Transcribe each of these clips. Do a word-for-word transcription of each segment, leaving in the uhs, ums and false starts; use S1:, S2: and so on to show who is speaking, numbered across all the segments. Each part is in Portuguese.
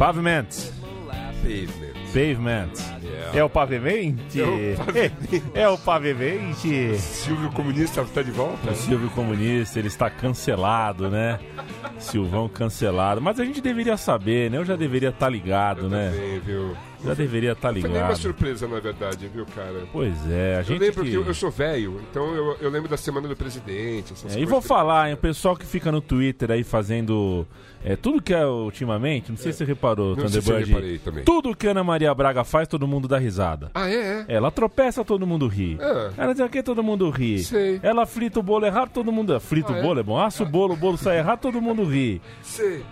S1: Pavement.
S2: Pavement.
S1: Pavement.
S2: Yeah.
S1: É o pavimente?
S2: É o pavimente.
S1: É o pavimente.
S2: Silvio Comunista está de volta?
S1: O Silvio Comunista, ele está cancelado, né? Silvão cancelado. Mas a gente deveria saber, né? Eu já deveria estar ligado,
S2: Eu
S1: né?
S2: também, viu?
S1: Já deveria estar
S2: Foi nem uma
S1: ligado.
S2: surpresa, na verdade, viu, cara?
S1: Pois é, a
S2: Eu
S1: gente
S2: lembro
S1: que...
S2: que eu, eu sou velho, então eu, eu lembro da Semana do Presidente, essas
S1: É,
S2: coisas.
S1: e vou falar, hein, o pessoal que fica no Twitter aí fazendo é, tudo que é ultimamente, não sei
S2: É.
S1: se você reparou,
S2: Não sei se eu
S1: Thunderbird,
S2: reparei também.
S1: tudo que a Ana Maria Braga faz, todo mundo dá risada.
S2: Ah, é? é?
S1: Ela tropeça, todo mundo ri.
S2: Ah.
S1: Ela diz aqui, todo mundo ri.
S2: Sei.
S1: Ela frita o bolo errado, todo mundo... Frita
S2: Ah,
S1: o
S2: é?
S1: bolo é bom. Assa o bolo, o bolo sai errado, todo mundo ri.
S2: Sei.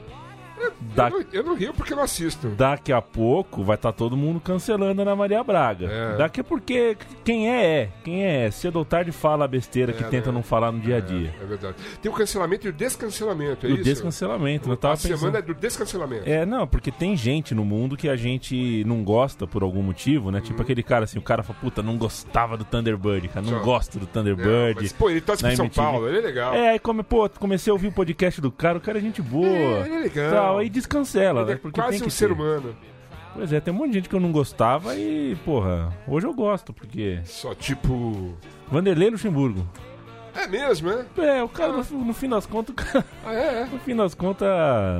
S2: Eu,
S1: Da-
S2: eu, não, eu não rio porque eu não assisto.
S1: Daqui a pouco vai estar todo mundo cancelando a Ana Maria Braga.
S2: É.
S1: Daqui porque quem é, é. Quem é, é. Cedo ou tarde fala a besteira que
S2: É,
S1: tenta
S2: né?
S1: não falar no dia a dia.
S2: É, é verdade. Tem o cancelamento e o descancelamento, é
S1: O
S2: isso?
S1: descancelamento. Eu tava
S2: A semana
S1: pensando...
S2: é do descancelamento.
S1: É, não, porque tem gente no mundo que a gente não gosta por algum motivo, né?
S2: Uhum.
S1: Tipo aquele cara assim, o cara fala, puta, não gostava do Thunderbird, cara, não
S2: Só.
S1: gosto do
S2: Não,
S1: Thunderbird.
S2: mas, pô, ele torce
S1: na
S2: pro São
S1: M T V.
S2: Paulo, ele é legal.
S1: É, aí come, pô, comecei a ouvir o podcast do cara, o cara é gente boa.
S2: É, ele é legal.
S1: Tal, aí descancela,
S2: Ele
S1: né?
S2: é
S1: Porque
S2: quase
S1: tem que
S2: um ser
S1: ter.
S2: humano.
S1: Pois é, tem um monte de gente que eu não gostava e, porra, hoje eu gosto, porque...
S2: Só tipo...
S1: Vanderlei Luxemburgo.
S2: É mesmo, é?
S1: É, o cara, no, no fim das contas, o cara,
S2: Ah, é? é.
S1: no fim das contas,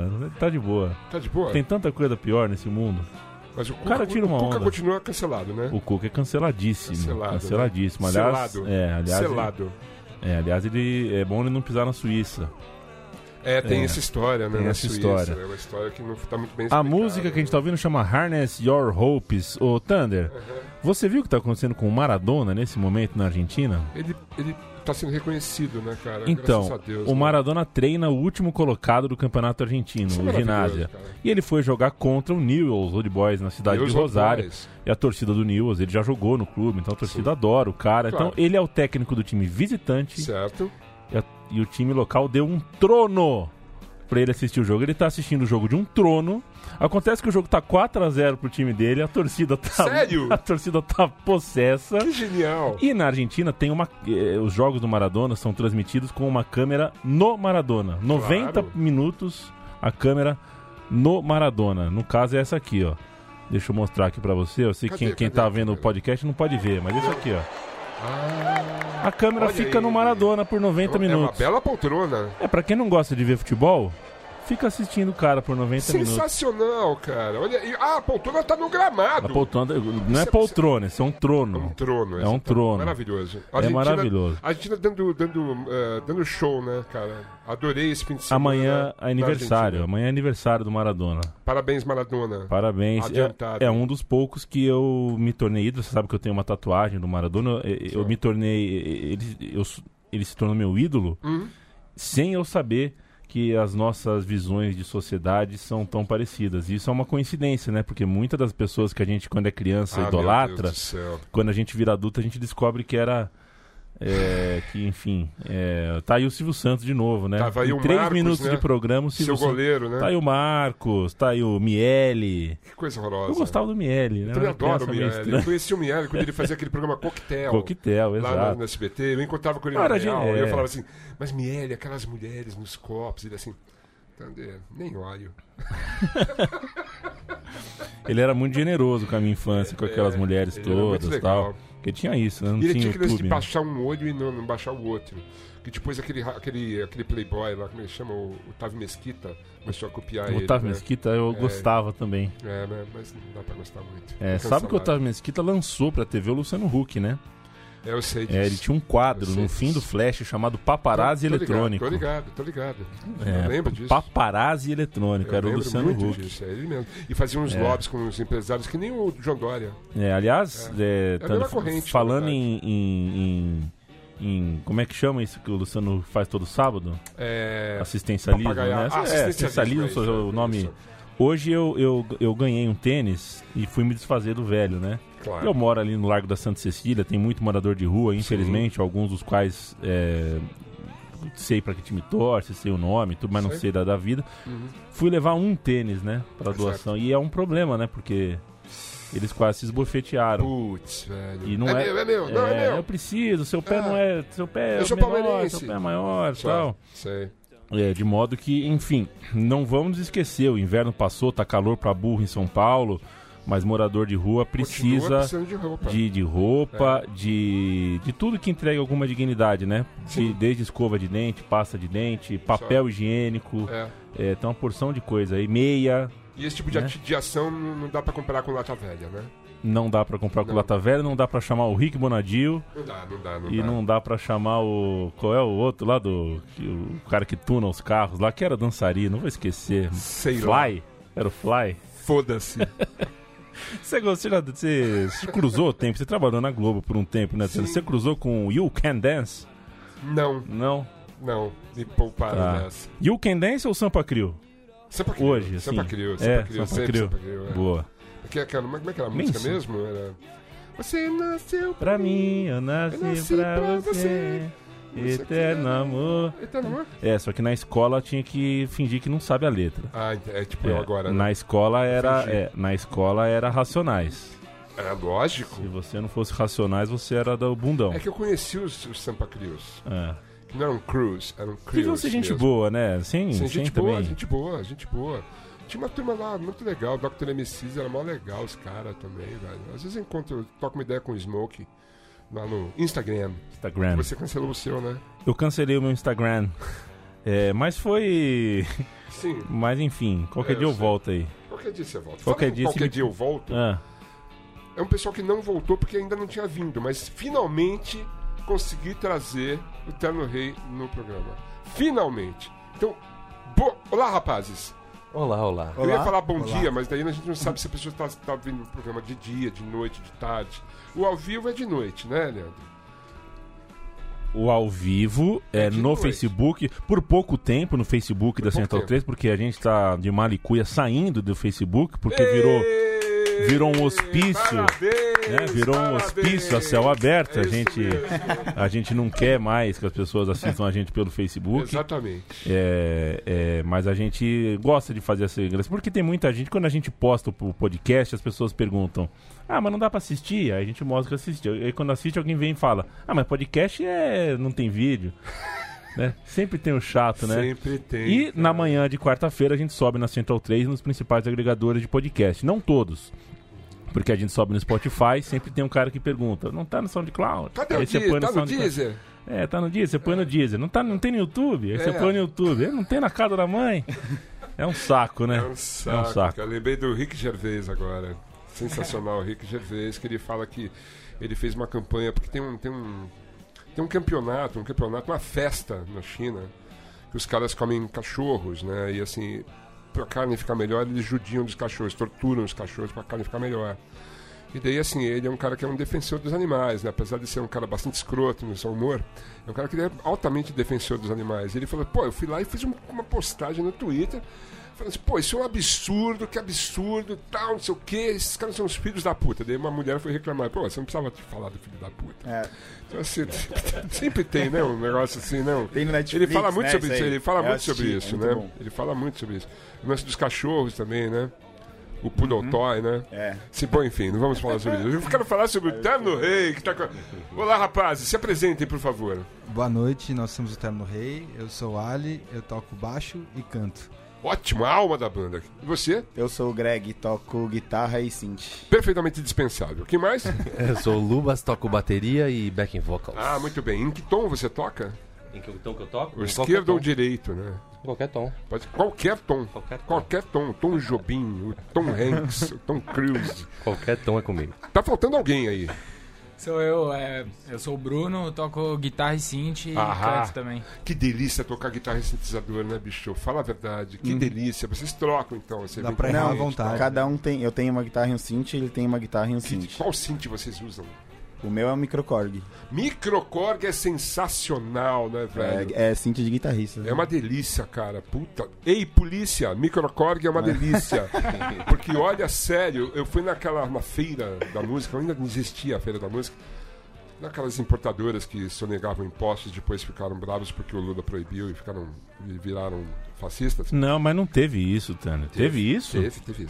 S1: tá de boa.
S2: Tá de boa?
S1: Tem tanta coisa pior nesse mundo.
S2: Mas o Cuca,
S1: cara tira uma
S2: o Cuca
S1: onda.
S2: continua cancelado, né?
S1: O Cuca é canceladíssimo.
S2: Cancelado,
S1: Canceladíssimo.
S2: né?
S1: Aliás,
S2: Selado.
S1: é, aliás,
S2: Selado.
S1: Ele, é, aliás, ele é bom ele não pisar na Suíça.
S2: É, tem
S1: É.
S2: essa história, né?
S1: Tem
S2: na
S1: essa
S2: Suíça.
S1: história.
S2: É uma história que não tá muito bem
S1: A
S2: explicada.
S1: música que a gente tá ouvindo chama Harness Your Hopes. Ô, Thunder, você viu o que tá acontecendo com o Maradona nesse momento na Argentina?
S2: Ele, ele tá sendo reconhecido, né, cara?
S1: Então,
S2: Graças a Deus,
S1: o
S2: né?
S1: Maradona treina o último colocado do campeonato argentino,
S2: Isso é
S1: o
S2: maravilhoso,
S1: Ginásio.
S2: cara.
S1: E ele foi jogar contra o Newell's Old Boys na cidade
S2: Newell's
S1: de
S2: Old
S1: Rosário.
S2: Boys.
S1: E a torcida do Newell's, ele já jogou no clube, então a torcida adora o cara.
S2: Claro.
S1: Então, ele é o técnico do time visitante.
S2: Certo.
S1: E, a- e o time local deu um trono pra ele assistir o jogo. Ele tá assistindo o jogo de um trono. Acontece que o jogo tá quatro a zero pro time dele. A torcida tá...
S2: Sério?
S1: A torcida tá possessa.
S2: Que genial.
S1: E na Argentina tem uma... eh, os jogos do Maradona são transmitidos com uma câmera no Maradona. noventa minutos a câmera no Maradona. No caso é essa aqui, ó. Deixa eu mostrar aqui pra você. Eu sei que
S2: Cadê?
S1: quem, quem
S2: Cadê
S1: tá
S2: a
S1: vendo o
S2: câmera?
S1: podcast não pode ver, mas isso aqui, ó.
S2: Ah,
S1: A câmera
S2: olha
S1: fica
S2: aí.
S1: no Maradona por noventa
S2: é uma
S1: minutos.
S2: bela poltrona.
S1: É, pra quem não gosta de ver futebol, fica assistindo o cara por noventa minutos.
S2: Sensacional, cara. Olha, e, ah, a poltrona tá no gramado.
S1: A poltrona, não é
S2: Isso é-
S1: poltrona, isso é um
S2: É
S1: trono.
S2: um trono.
S1: É um
S2: esse, tá
S1: trono.
S2: Maravilhoso. A
S1: É
S2: Argentina-
S1: maravilhoso.
S2: A Argentina dando, dando, eh, dando show, né, cara? Adorei esse fim de semana.
S1: Amanhã é
S2: da
S1: aniversário.
S2: Argentina.
S1: Amanhã é aniversário do Maradona.
S2: Parabéns, Maradona.
S1: Parabéns.
S2: Adiantado.
S1: É, é um dos poucos que eu me tornei ídolo. Você sabe que eu tenho uma tatuagem do Maradona. Eu, eu
S2: Só.
S1: me tornei. Ele, eu, ele se tornou meu ídolo
S2: Hum?
S1: sem eu saber que as nossas visões de sociedade são tão parecidas. E isso é uma coincidência, né? Porque muitas das pessoas que a gente, quando é criança,
S2: Ah, meu
S1: idolatra,
S2: Deus do céu.
S1: quando a gente vira adulto, a gente descobre que era. É, que, enfim. É, tá aí o Silvio Santos de novo, né?
S2: Tava aí
S1: em
S2: o
S1: três
S2: Marcos,
S1: minutos
S2: né?
S1: de programa, o Silvio
S2: Seu
S1: Santos.
S2: goleiro, né?
S1: Tá aí o Marcos, tá aí o Miele.
S2: Que coisa horrorosa.
S1: Eu gostava do Miele, né?
S2: Eu também
S1: Era uma
S2: adoro o
S1: criança meio
S2: Miele. Eu
S1: estranha.
S2: conheci o Miele quando ele fazia aquele programa Coquetel.
S1: Coquetel,
S2: Lá
S1: exato.
S2: no, no S B T. Eu encontrava com ele
S1: Ah,
S2: na
S1: era
S2: real.
S1: de-
S2: E eu
S1: é.
S2: falava assim, mas Miele, aquelas mulheres nos copos. Ele assim, Tander, nem olho.
S1: Ele era muito generoso com a minha infância, com aquelas
S2: É,
S1: mulheres
S2: ele era muito
S1: todas e
S2: legal.
S1: tal. Porque tinha isso, né? Não
S2: E ele
S1: tinha
S2: tinha aquele lance
S1: YouTube.
S2: de
S1: né?
S2: baixar um olho e não, não baixar o outro. Que depois aquele, ra- aquele, aquele playboy lá, como ele chama, o Otávio Mesquita, começou a copiar ele.
S1: O Otávio
S2: né?
S1: Mesquita eu
S2: É.
S1: gostava também.
S2: É, né? Mas não dá pra gostar muito.
S1: É,
S2: Foi
S1: sabe que o
S2: cancelado.
S1: Otávio Mesquita lançou pra T V o Luciano Huck, né?
S2: É, eu sei disso.
S1: É, ele tinha um quadro
S2: Eu sei
S1: no fim
S2: disso.
S1: do Flash chamado Paparazzi
S2: Tô- tô ligado,
S1: Eletrônico.
S2: Tô ligado, tô ligado.
S1: É,
S2: eu lembro disso.
S1: Paparazzi Eletrônico,
S2: Eu
S1: era o
S2: lembro
S1: Luciano
S2: muito
S1: Huck.
S2: disso, é ele mesmo. E fazia uns
S1: É.
S2: lobbies com os empresários que nem o João Dória.
S1: É, aliás, é,
S2: É a mesma
S1: tá-
S2: corrente,
S1: falando
S2: na
S1: em, em, em- em- Como é que chama isso que o Luciano faz todo sábado?
S2: É...
S1: Assistêncialismo,
S2: Papagaiar.
S1: né?
S2: Ah,
S1: É,
S2: assistencialismo,
S1: assistêncialismo,
S2: é isso,
S1: o
S2: é
S1: nome.
S2: isso.
S1: Hoje eu, eu, eu ganhei um tênis e fui me desfazer do velho, né?
S2: Claro.
S1: Eu moro ali no Largo da Santa Cecília, tem muito morador de rua, infelizmente, alguns dos quais é, sei pra que time torce, sei o nome, tudo, mas não
S2: Sei.
S1: sei da, da vida.
S2: Uhum.
S1: Fui levar um tênis, né, pra
S2: Tá
S1: doação. E é um problema, né, porque eles quase se esbofetearam.
S2: Putz, velho.
S1: E não
S2: é,
S1: é,
S2: meu, é meu, não, é,
S1: eu
S2: meu.
S1: preciso, seu pé
S2: Ah,
S1: não é, seu pé é
S2: eu sou
S1: menor,
S2: palmeirense.
S1: seu pé é maior,
S2: Só,
S1: tal.
S2: sei.
S1: É, de modo que, enfim, não vamos esquecer, o inverno passou, tá calor pra burro em São Paulo, mas morador de rua precisa
S2: de roupa,
S1: de, de, roupa
S2: é.
S1: de, de tudo que entregue alguma dignidade, né? De, desde escova de dente, pasta de dente, papel Só. higiênico, é. É, tem uma porção de coisa aí, meia.
S2: E esse tipo de, né? de ação não dá pra comparar com lata velha, né?
S1: Não dá pra comprar com não. lata velha, não dá pra chamar o Rick Bonadio.
S2: Não dá, não dá, não
S1: E
S2: dá.
S1: não dá pra chamar o... Qual é o outro lá do... O cara que tuna os carros lá, que era dançarino, não vou esquecer.
S2: Sei
S1: Fly?
S2: lá.
S1: Era o Fly?
S2: Foda-se.
S1: Você, você, já, você, você cruzou o tempo, você trabalhou na Globo por um tempo, né? Sim. Você cruzou com You Can Dance?
S2: Não.
S1: Não?
S2: Não, me pouparam tá. nessa.
S1: You Can Dance ou Sampa Crio?
S2: Sampa Crio.
S1: Hoje, assim.
S2: Sampa Crio, Sampa
S1: é,
S2: Crio,
S1: Sampa Crio.
S2: Sampa Crio é.
S1: Boa.
S2: Que, que, como é que era a música
S1: Nem
S2: mesmo? Era... Você nasceu
S1: pra, pra mim, eu nasci, eu nasci pra, pra você. você. Eterno amor.
S2: Eterno amor?
S1: É, só que na escola tinha que fingir que não sabe a letra.
S2: Ah, é tipo
S1: é,
S2: eu agora, né?
S1: Na escola era, é, na escola era Racionais.
S2: É lógico.
S1: Se você não fosse Racionais, você era do bundão.
S2: É que eu conheci os, os Sampa Crios.
S1: É.
S2: Que não eram Cruz, eram Crios.
S1: Devia ser gente boa, né? Sim,
S2: sim,
S1: sim
S2: gente
S1: também.
S2: boa, gente boa, gente boa. Tinha uma turma lá muito legal, o doutor M C era mó legal, os caras também, velho. Às vezes eu encontro, eu toco uma ideia com o Smoke lá no Instagram.
S1: Instagram.
S2: Você cancelou o seu, né?
S1: Eu cancelei o meu Instagram. É, mas foi...
S2: Sim.
S1: Mas enfim, qualquer
S2: é,
S1: dia eu,
S2: eu
S1: volto aí.
S2: Qualquer dia você volta.
S1: Qualquer, dia,
S2: qualquer
S1: se...
S2: dia eu volto.
S1: Ah.
S2: É um pessoal que não voltou porque ainda não tinha vindo, mas finalmente consegui trazer o Terno Rei no programa. Finalmente. Então, bo... olá, rapazes.
S3: Olá, olá.
S2: Eu
S3: olá.
S2: ia falar bom
S3: olá.
S2: dia, mas daí a gente não sabe se a pessoa está tá vindo no programa de dia, de noite, de tarde. O ao vivo é de noite, né, Leandro?
S1: O ao vivo é, é no noite. Facebook, por pouco tempo no Facebook por da Central tempo. três, porque a gente tá de malicuia saindo do Facebook, porque Ei, virou virou um hospício,
S2: parabéns,
S1: né? Virou
S2: parabéns.
S1: um hospício a céu aberto.
S2: É
S1: a gente a gente não quer mais que as pessoas assistam a gente pelo Facebook.
S2: Exatamente.
S1: É, é, mas a gente gosta de fazer essa graça, porque tem muita gente, quando a gente posta o podcast, as pessoas perguntam: ah, mas não dá pra assistir? Aí a gente mostra que assiste. Aí quando assiste, alguém vem e fala: ah, mas podcast é... não tem vídeo. Né? Sempre tem o chato, né?
S2: Sempre tem.
S1: E
S2: cara.
S1: na manhã de quarta-feira a gente sobe na Central três nos principais agregadores de podcast. Não todos. Porque a gente sobe no Spotify, sempre tem um cara que pergunta: não tá no SoundCloud?
S2: Cadê
S1: aí
S2: o Deezer? Tá no, no Deezer?
S1: É, tá no Deezer, você põe no Deezer. Não, tá, não tem no YouTube? Aí
S2: é.
S1: você põe no YouTube. É, não tem na casa da mãe? É um saco, né?
S2: É um saco. É um saco. Eu lembrei do Rick Gervais agora. Sensacional, Rick Gervais, que ele fala que ele fez uma campanha, porque tem um, tem um, tem um campeonato, um campeonato, uma festa na China, que os caras comem cachorros, né? E assim, pra carne ficar melhor, eles judiam dos cachorros, torturam os cachorros pra carne ficar melhor. E daí, assim, ele é um cara que é um defensor dos animais, né? Apesar de ser um cara bastante escroto no seu humor, é um cara que é altamente defensor dos animais. E ele falou: pô, eu fui lá e fiz um, uma postagem no Twitter, falando assim: pô, isso é um absurdo, que absurdo, tal, não sei o quê, esses caras são os filhos da puta. Daí uma mulher foi reclamar: pô, você não precisava te falar do filho da puta. É. Então, assim, sempre tem, né, um negócio assim, não.
S3: Tem no Netflix,
S2: ele fala muito
S3: né,
S2: sobre isso, ele fala
S3: eu
S2: muito
S3: assisti,
S2: sobre isso,
S3: é
S2: né?
S3: bom.
S2: Ele fala muito sobre isso. O lance dos cachorros também, né? O Poodle uhum. Toy, né?
S3: É.
S2: Se, bom, enfim, não vamos falar sobre isso. Eu quero falar sobre o Terno Rei. Que tá... Olá, rapazes, se apresentem, por favor.
S4: Boa noite, nós somos o Terno Rei. Eu sou o Ali, eu toco baixo e canto.
S2: Ótimo, a alma da banda. E você?
S3: Eu sou o Greg, toco guitarra e synth.
S2: Perfeitamente dispensável. O que mais?
S5: Eu sou o Lubas, toco bateria e backing vocals.
S2: Ah, muito bem. Em que tom você toca?
S5: Em que tom que eu toco?
S2: O esquerdo ou o direito, né?
S5: Qualquer tom.
S2: Pode, qualquer tom.
S5: Qualquer tom.
S2: Qualquer tom. Tom Jobim, o Tom Hanks, o Tom Cruise.
S5: Qualquer tom é comigo.
S2: Tá faltando alguém aí.
S6: Sou eu, é, eu sou o Bruno, toco guitarra e synth e
S2: Ahá.
S6: canto também.
S2: Que delícia tocar guitarra e sintetizador, né, bicho? Fala a verdade. Que hum. delícia. Vocês trocam, então. Você
S4: Dá pra errar à vontade.
S3: Cada um tem... Eu tenho uma guitarra e um synth, ele tem uma guitarra e um synth.
S2: Qual synth vocês usam?
S3: O meu é um Microkorg.
S2: Microkorg é sensacional, né, velho?
S3: É, é synth de guitarrista.
S2: É uma delícia, cara. Puta. Ei, polícia, Microkorg é uma delícia. Porque, olha, sério, eu fui naquela na feira da música, ainda não existia a feira da música, naquelas importadoras que sonegavam impostos, depois ficaram bravos porque o Lula proibiu e ficaram e viraram fascistas.
S1: Não, mas não teve isso, Tânia. Teve, teve isso?
S2: Teve, teve isso.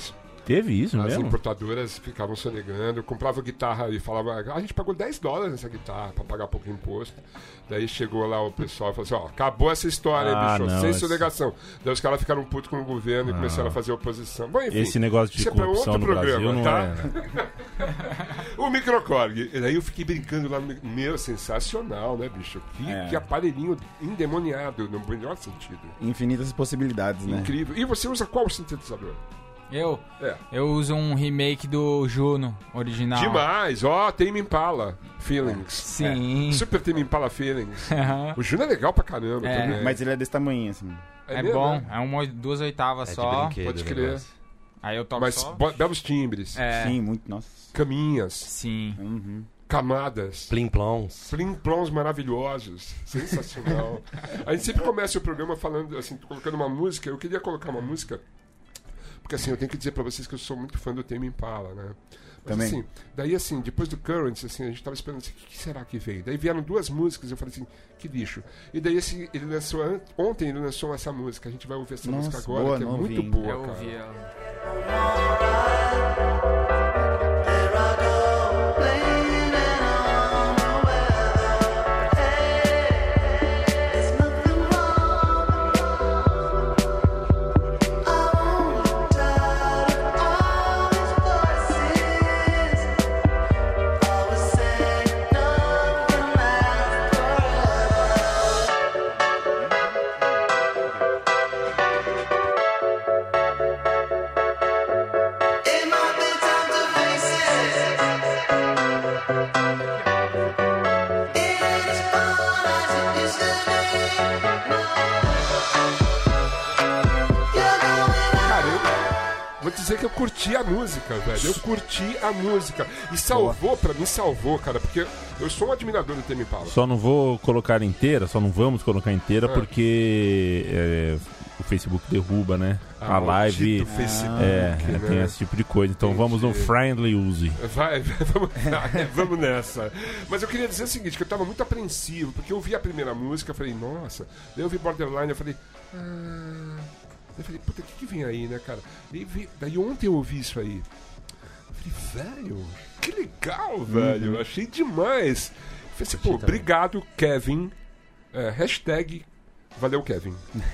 S1: Teve isso
S2: As
S1: mesmo?
S2: importadoras ficavam sonegando, eu comprava guitarra e falava, a gente pagou dez dólares nessa guitarra pra pagar pouco imposto. Daí chegou lá o pessoal e falou assim, ó, acabou essa história,
S1: Ah,
S2: hein, bicho,
S1: não,
S2: sem
S1: esse-
S2: sonegação. Daí os caras ficaram putos com o governo e
S1: Ah.
S2: começaram a fazer oposição. Bom, enfim,
S1: Esse negócio de
S2: isso é pra
S1: corrupção
S2: outro
S1: no
S2: programa,
S1: Brasil não
S2: tá?
S1: é...
S2: O microcorg. E daí eu fiquei brincando lá no mic- meu, sensacional, né, bicho? Que,
S3: É.
S2: que aparelhinho endemoniado, no melhor sentido.
S3: Infinitas possibilidades, né?
S2: Incrível. E você usa qual sintetizador?
S6: Eu?
S2: É.
S6: Eu uso um remake do Juno original.
S2: Demais, ó, Tame Impala Feelings.
S6: Sim.
S2: Super Tame Impala Feelings. O Juno é legal pra caramba
S6: É.
S2: também.
S3: Mas ele é desse tamanho, assim.
S6: É,
S2: mesmo,
S6: bom,
S2: né?
S6: é uma, duas oitavas
S5: É de
S6: só.
S5: brinquedo
S2: Pode
S5: o
S2: crer.
S5: negócio.
S6: Aí eu toco
S2: Mas
S6: só.
S2: bo- belos timbres,
S6: É,
S3: Sim, muito. Nossa.
S2: caminhas,
S6: sim.
S3: Uhum.
S2: camadas.
S5: Plim plons.
S2: Plim-plons maravilhosos. Sensacional. A gente sempre começa o programa falando, assim, colocando uma música. Eu queria colocar uma música, porque assim, eu tenho que dizer pra vocês que eu sou muito fã do Tame Impala, né? Mas,
S3: Também.
S2: assim, daí assim, depois do Currents, assim, a gente tava esperando assim, o que, que será que veio? Daí vieram duas músicas, eu falei assim, que lixo. E daí assim, ele lançou, an- ontem ele lançou essa música, a gente vai ouvir essa
S3: Nossa,
S2: música agora,
S3: boa,
S2: que é
S3: não
S2: muito
S3: ouvi
S2: boa,
S6: Eu
S2: cara.
S6: ouvi ela.
S2: Cara, eu vou dizer que eu curti a música, velho. Eu curti a música. E salvou, pra mim salvou, cara, porque eu sou um admirador do Tame Impala.
S1: Só não vou colocar inteira, só não vamos colocar inteira
S2: Ah.
S1: porque é, o Facebook derruba, né?
S2: Ah,
S1: a live.
S2: maldito Facebook,
S1: É,
S2: né?
S1: tem esse tipo de coisa. Então
S2: Entendi.
S1: vamos no friendly use.
S2: Vai, vamos, vamos nessa. Mas eu queria dizer o seguinte, que eu tava muito apreensivo, porque eu vi a primeira música, eu falei, nossa. Daí eu vi Borderline, eu falei, ah... Eu falei, puta, o que que vem aí, né, cara? Daí, vi- daí ontem eu ouvi isso aí. Eu falei, velho, que legal, velho. Eu achei demais. Eu falei assim, pô, obrigado, Kevin. É, hashtag valeu, Kevin.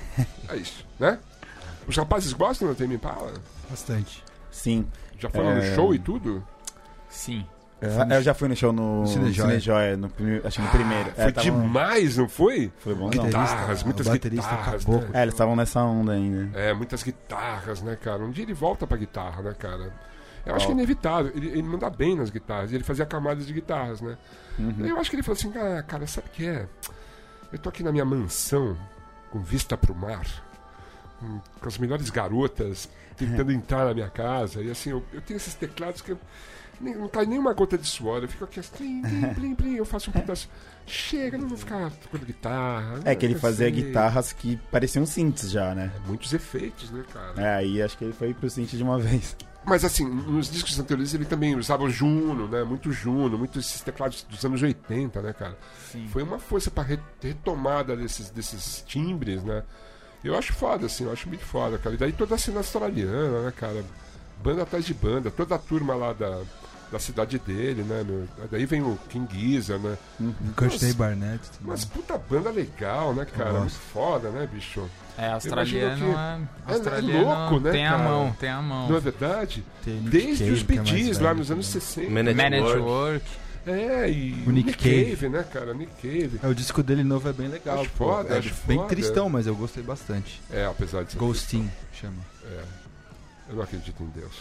S2: É isso, né? Os rapazes gostam do Tame Impala?
S4: Bastante.
S3: Sim.
S2: Já foram no
S3: É.
S2: show e tudo?
S6: Sim.
S3: Eu já fui no show no
S4: Cinejoia.
S3: Cinejoia, no prime- acho que no primeiro.
S2: Foi
S3: É, tava-
S2: demais, não foi?
S3: Foi bom,
S4: O
S3: não.
S4: guitarrista,
S2: Guitarras,
S4: o
S2: muitas
S4: baterista
S2: guitarras,
S4: acabou
S2: né?
S4: com-
S3: É, eles estavam nessa onda ainda.
S2: É, muitas guitarras, né, cara? Um dia ele volta pra guitarra, né, cara? Eu acho que é
S3: Volta.
S2: inevitável. Ele, ele manda bem nas guitarras. E ele fazia camadas de guitarras, né?
S3: Uhum.
S2: Eu acho que ele falou assim, ah, cara, sabe o que é? Eu tô aqui na minha mansão, com vista pro mar, com, com as melhores garotas tentando entrar na minha casa. E assim, eu, eu tenho esses teclados que eu, nem, não cai nem uma gota de suor. Eu fico aqui assim, plim, plim, plim, eu faço um pedaço. Chega, eu não vou ficar tocando guitarra.
S3: É que ele
S2: eu
S3: fazia
S2: sei.
S3: guitarras que pareciam synths já, né?
S2: Muitos efeitos, né, cara?
S3: É, aí acho que ele foi pro synth de uma vez.
S2: Mas assim, nos discos anteriores ele também usava o Juno, né? Muito Juno, muito esses teclados dos anos oitenta, né, cara?
S6: Sim.
S2: Foi uma força pra re- retomada desses, desses timbres, né? Eu acho foda, assim, eu acho muito foda, cara. E daí toda a cena australiana, né, cara? Banda atrás de banda, toda a turma lá da, da cidade dele, né, meu? Daí vem o King Gizzard, né?
S4: Courtney
S2: Nossa,
S4: Barnett. também.
S2: Mas puta banda legal, né, cara?
S4: Eu
S2: Muito
S4: gosto.
S2: foda, né, bicho?
S6: É, australiano
S2: imagino que-
S6: é.
S2: é
S6: Australiano
S2: louco, né,
S6: tem
S2: cara?
S6: a mão, tem a mão.
S2: Não é verdade?
S4: Tem Nick
S2: Desde
S4: Cave,
S2: os
S4: que é mais
S2: Bee Gees, lá
S4: velho
S2: nos anos
S4: também.
S2: sessenta.
S5: Man at
S6: Man at
S5: Work.
S6: Work.
S2: É, e
S4: O Nick Cave.
S2: né, cara? Nick Cave.
S4: É, o disco dele novo é bem legal.
S2: Acho
S4: pô.
S2: foda,
S4: é
S2: acho
S4: bem
S2: foda.
S4: tristão, mas eu gostei bastante.
S2: É, apesar de ser.
S4: Ghostin chama.
S2: É. Eu não acredito em Deus.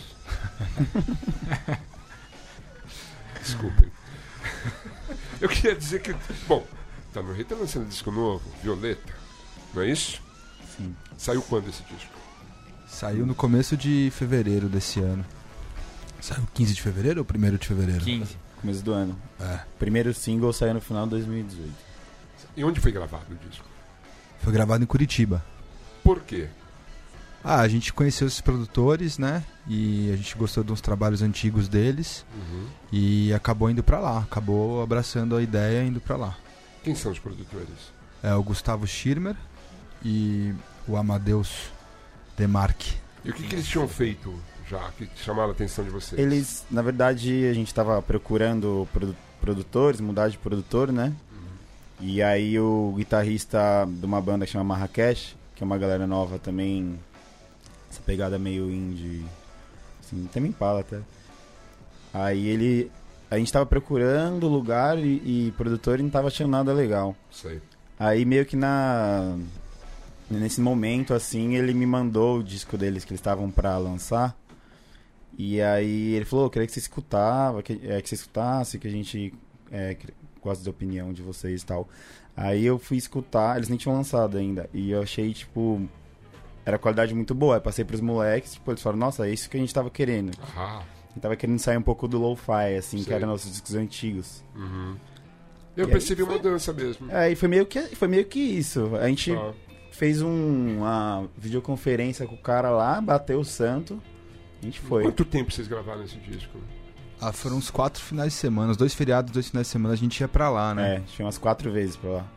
S2: Desculpem. Eu queria dizer que. Bom, tá no Rei tá lançando disco novo, Violeta. Não é isso?
S3: Sim.
S2: Saiu quando esse disco?
S4: Saiu no começo de fevereiro desse ano. Saiu quinze de fevereiro ou primeiro de fevereiro?
S6: quinze.
S3: Começo do ano.
S4: É.
S3: Primeiro single saiu no final de dois mil e dezoito.
S2: E onde foi gravado o disco?
S4: Foi gravado em Curitiba.
S2: Por quê?
S4: Ah, a gente conheceu esses produtores, né? E a gente gostou de uns trabalhos antigos deles.
S2: Uhum.
S4: E acabou indo pra lá. Acabou abraçando a ideia e indo pra lá.
S2: Quem são os produtores?
S4: É o Gustavo Schirmer e o Amadeus Demarque.
S2: E o que, que eles tinham feito já que chamaram a atenção de vocês?
S3: Eles, na verdade, a gente tava procurando produ- produtores, mudar de produtor, né? Uhum. E aí o guitarrista de uma banda que chama Marrakech, que é uma galera nova também, essa pegada meio indie, assim, Tame Impala até. Aí ele, a gente tava procurando lugar e, e produtor e não tava achando nada legal.
S2: Sei.
S3: Aí meio que na nesse momento assim ele me mandou o disco deles que eles estavam pra lançar. E aí ele falou, eu queria que você escutava, que, é, que você escutasse, que a gente é, que, gosta da opinião de vocês e tal. Aí eu fui escutar, eles nem tinham lançado ainda. E eu achei, tipo, era qualidade muito boa. Aí passei pros moleques, tipo, eles falaram, nossa, é isso que a gente tava querendo.
S2: Ah.
S3: A gente tava querendo sair um pouco do lo-fi, assim,
S2: Sei.
S3: que eram nossos discos antigos.
S2: Uhum. Eu
S3: E
S2: percebi
S3: aí foi-
S2: mudança mesmo.
S3: É, e foi meio que, foi meio que isso. A gente
S2: Só.
S3: fez um, uma videoconferência com o cara lá, bateu o santo, a gente foi.
S2: Quanto tempo vocês gravaram esse disco?
S4: Ah, foram uns quatro finais de semana, os dois feriados, dois finais de semana a gente ia pra lá, né?
S3: É, tinha umas quatro vezes pra lá.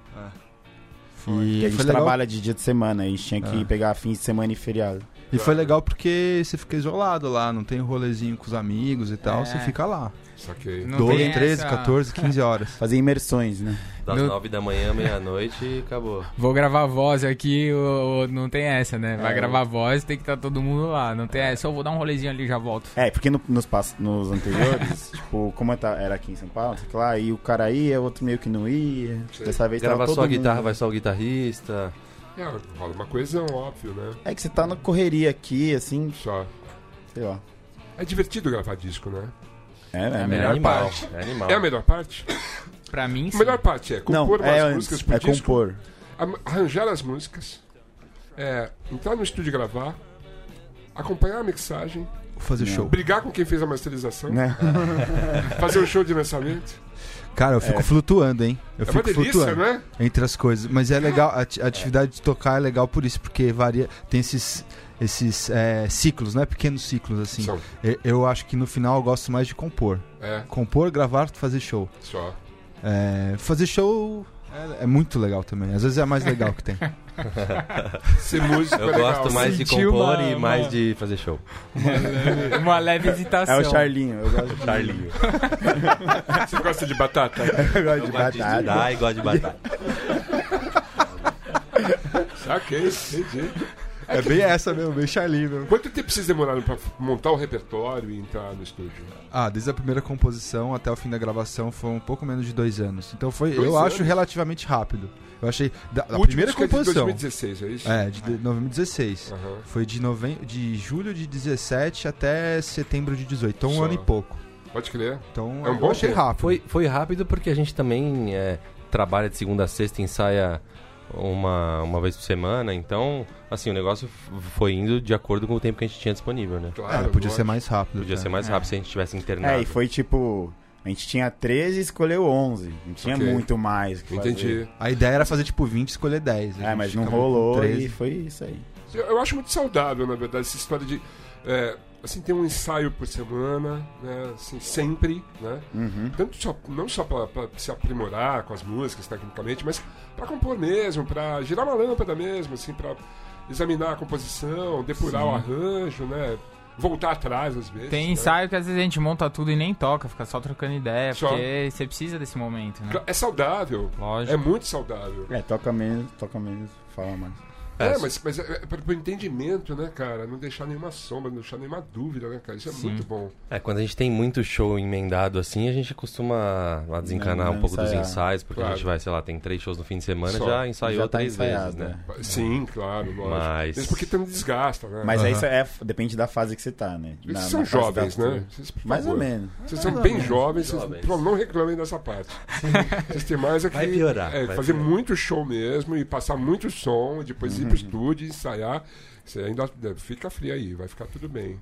S4: E
S3: Porque a gente
S4: foi legal.
S3: trabalha de dia de semana, a gente tinha que
S4: É.
S3: pegar fins de semana e feriado.
S4: E foi legal porque você fica isolado lá, não tem rolezinho com os amigos e tal,
S6: É.
S4: você fica lá.
S2: Saquei.
S6: Não
S4: doze,
S6: tem
S4: treze,
S6: essa-
S4: quatorze, quinze horas.
S3: Fazer imersões, né?
S5: Das
S6: No-
S5: nove da manhã, meia-noite e acabou.
S6: Vou gravar voz aqui, o- o- não tem essa, né? Vai
S3: É.
S6: gravar voz, tem que estar todo mundo lá. Não tem essa, eu vou dar um rolezinho ali e já volto.
S3: É, porque no- nos, pass- nos anteriores, tipo, como eu ta- era aqui em São Paulo, sei lá, e o cara ia, o outro meio que não ia.
S2: Sei.
S3: Dessa vez tava
S5: Grava
S3: todo
S5: só a
S3: mundo.
S5: guitarra, vai só o guitarrista.
S2: É, rola uma coesão, óbvio, né?
S3: É que você tá na correria aqui, assim,
S2: Só.
S3: sei lá.
S2: É divertido gravar disco, né?
S3: É, é,
S6: É
S3: a
S6: a
S3: melhor
S5: animal,
S3: parte.
S5: É animal.
S2: É a melhor parte?
S6: Pra mim,
S2: A
S6: sim.
S2: melhor parte é
S3: Não,
S2: compor
S3: é
S2: umas
S3: antes,
S2: músicas pro
S3: é
S2: disco,
S3: compor.
S2: am- arranjar as músicas, é, entrar no estúdio e gravar, acompanhar a mixagem,
S4: Fazer
S3: Não.
S4: show.
S2: brigar com quem fez a masterização,
S3: Né?
S2: fazer o show de lançamento.
S4: Cara, eu fico
S3: É.
S4: flutuando, hein? Eu
S2: É uma
S4: fico
S2: delícia,
S4: flutuando
S2: né?
S4: entre as coisas. Mas é legal, a ati- a atividade de tocar é legal por isso, porque varia, tem esses, esses é, ciclos, né? Pequenos ciclos, assim.
S2: São.
S4: E- Eu acho que no final eu gosto mais de compor.
S2: É,
S4: Compor, gravar, fazer show.
S2: só.
S4: É, fazer show é, é muito legal também. Às vezes é a mais legal que tem.
S2: Ser músico
S5: Eu
S2: é legal.
S5: gosto mais de
S6: Sentiu
S5: compor
S6: uma-
S5: e mais
S6: uma-
S5: de fazer show.
S6: Uma leve, uma leve hesitação.
S3: É o Charlinho, eu gosto de
S5: Charlinho.
S2: Você gosta de batata?
S3: Eu gosto de
S5: Gosto de
S3: batata.
S5: estudar e gosto de batata.
S2: Saquei, entendi.
S4: É bem essa mesmo, bem Charlinho mesmo.
S2: Quanto tempo vocês demoraram pra montar o repertório e entrar no estúdio?
S4: Ah, desde a primeira composição até o fim da gravação foi um pouco menos de dois anos. Então foi,
S2: Dois
S4: eu
S2: anos?
S4: acho, relativamente rápido. Eu achei. Da,
S2: O
S4: da
S2: último
S4: primeira
S2: disco é de
S4: composição.
S2: dois mil e dezesseis, é isso?
S4: É, de de dois mil e dezesseis.
S2: Aham.
S4: Foi de, nove... de julho de dezessete até setembro de dezoito. Então um
S2: Só.
S4: ano e pouco.
S2: Pode crer.
S4: Então
S2: É um
S4: eu
S2: bom
S4: achei
S2: tempo.
S4: rápido.
S5: Foi, foi rápido porque a gente também é, trabalha de segunda a sexta, ensaia uma, uma vez por semana. Então, assim, o negócio f- foi indo de acordo com o tempo que a gente tinha disponível, né?
S2: Claro,
S4: É, podia
S2: lógico.
S4: ser mais rápido.
S5: Podia
S4: até.
S5: ser mais rápido se a gente tivesse internado.
S3: É, e foi tipo, a gente tinha treze e escolheu onze. Não tinha
S2: Ok.
S3: muito mais o que fazer.
S2: Entendi.
S4: A ideia era fazer tipo vinte e escolher dez. A
S3: É,
S4: gente
S3: mas não
S4: ficava com
S3: rolou
S4: treze.
S3: e foi isso aí.
S2: Eu, eu acho muito saudável, na verdade, essa história de... é, assim, ter um ensaio por semana, né? Assim, sempre, né?
S3: Uhum.
S2: Tanto só, não só pra, pra se aprimorar com as músicas, tecnicamente, mas pra compor mesmo, pra girar uma lâmpada mesmo, assim, pra examinar a composição, depurar
S6: Sim.
S2: o arranjo, né? Voltar atrás, às vezes.
S6: Tem
S2: né?
S6: ensaio que às vezes a gente monta tudo e nem toca, fica só trocando ideia,
S2: Só.
S6: porque você precisa desse momento, né?
S2: É saudável.
S6: Lógico.
S2: É muito saudável.
S3: É, toca menos, toca menos, fala mais.
S2: É,
S5: É,
S2: mas, mas é, é pro entendimento, né, cara? Não deixar nenhuma sombra, não deixar nenhuma dúvida, né, cara? Isso é
S6: Sim.
S2: muito bom.
S5: É, quando a gente tem muito show emendado assim, a gente costuma a desencanar
S3: Não,
S5: um
S3: não
S5: pouco dos
S3: ensaiar.
S5: ensaios, porque
S2: Claro.
S5: a gente vai, sei lá, tem três shows no fim de semana,
S2: Só.
S5: já ensaiou
S3: Já tá
S5: três
S3: ensaiado,
S5: vezes, né?
S2: Sim, claro, lógico.
S5: Mas-
S2: Isso porque também desgasta, né?
S3: Mas
S4: Aham.
S3: aí isso é, depende da fase que você tá, né?
S2: Vocês
S3: Na-
S2: são
S3: na fase
S2: jovens,
S3: da-
S2: né? Vocês, por
S3: Mais ou
S2: favor.
S3: menos.
S2: Vocês são
S3: Mais ou
S2: bem
S3: menos.
S2: jovens, vocês
S5: Jovens.
S2: pô, não reclamem dessa parte. Vocês têm mais é que
S5: Vai piorar,
S2: é,
S5: vai
S2: fazer
S5: piorar.
S2: muito show mesmo e passar muito som, e depois ir pro estúdio e ensaiar. Você ainda fica frio aí, vai ficar tudo bem.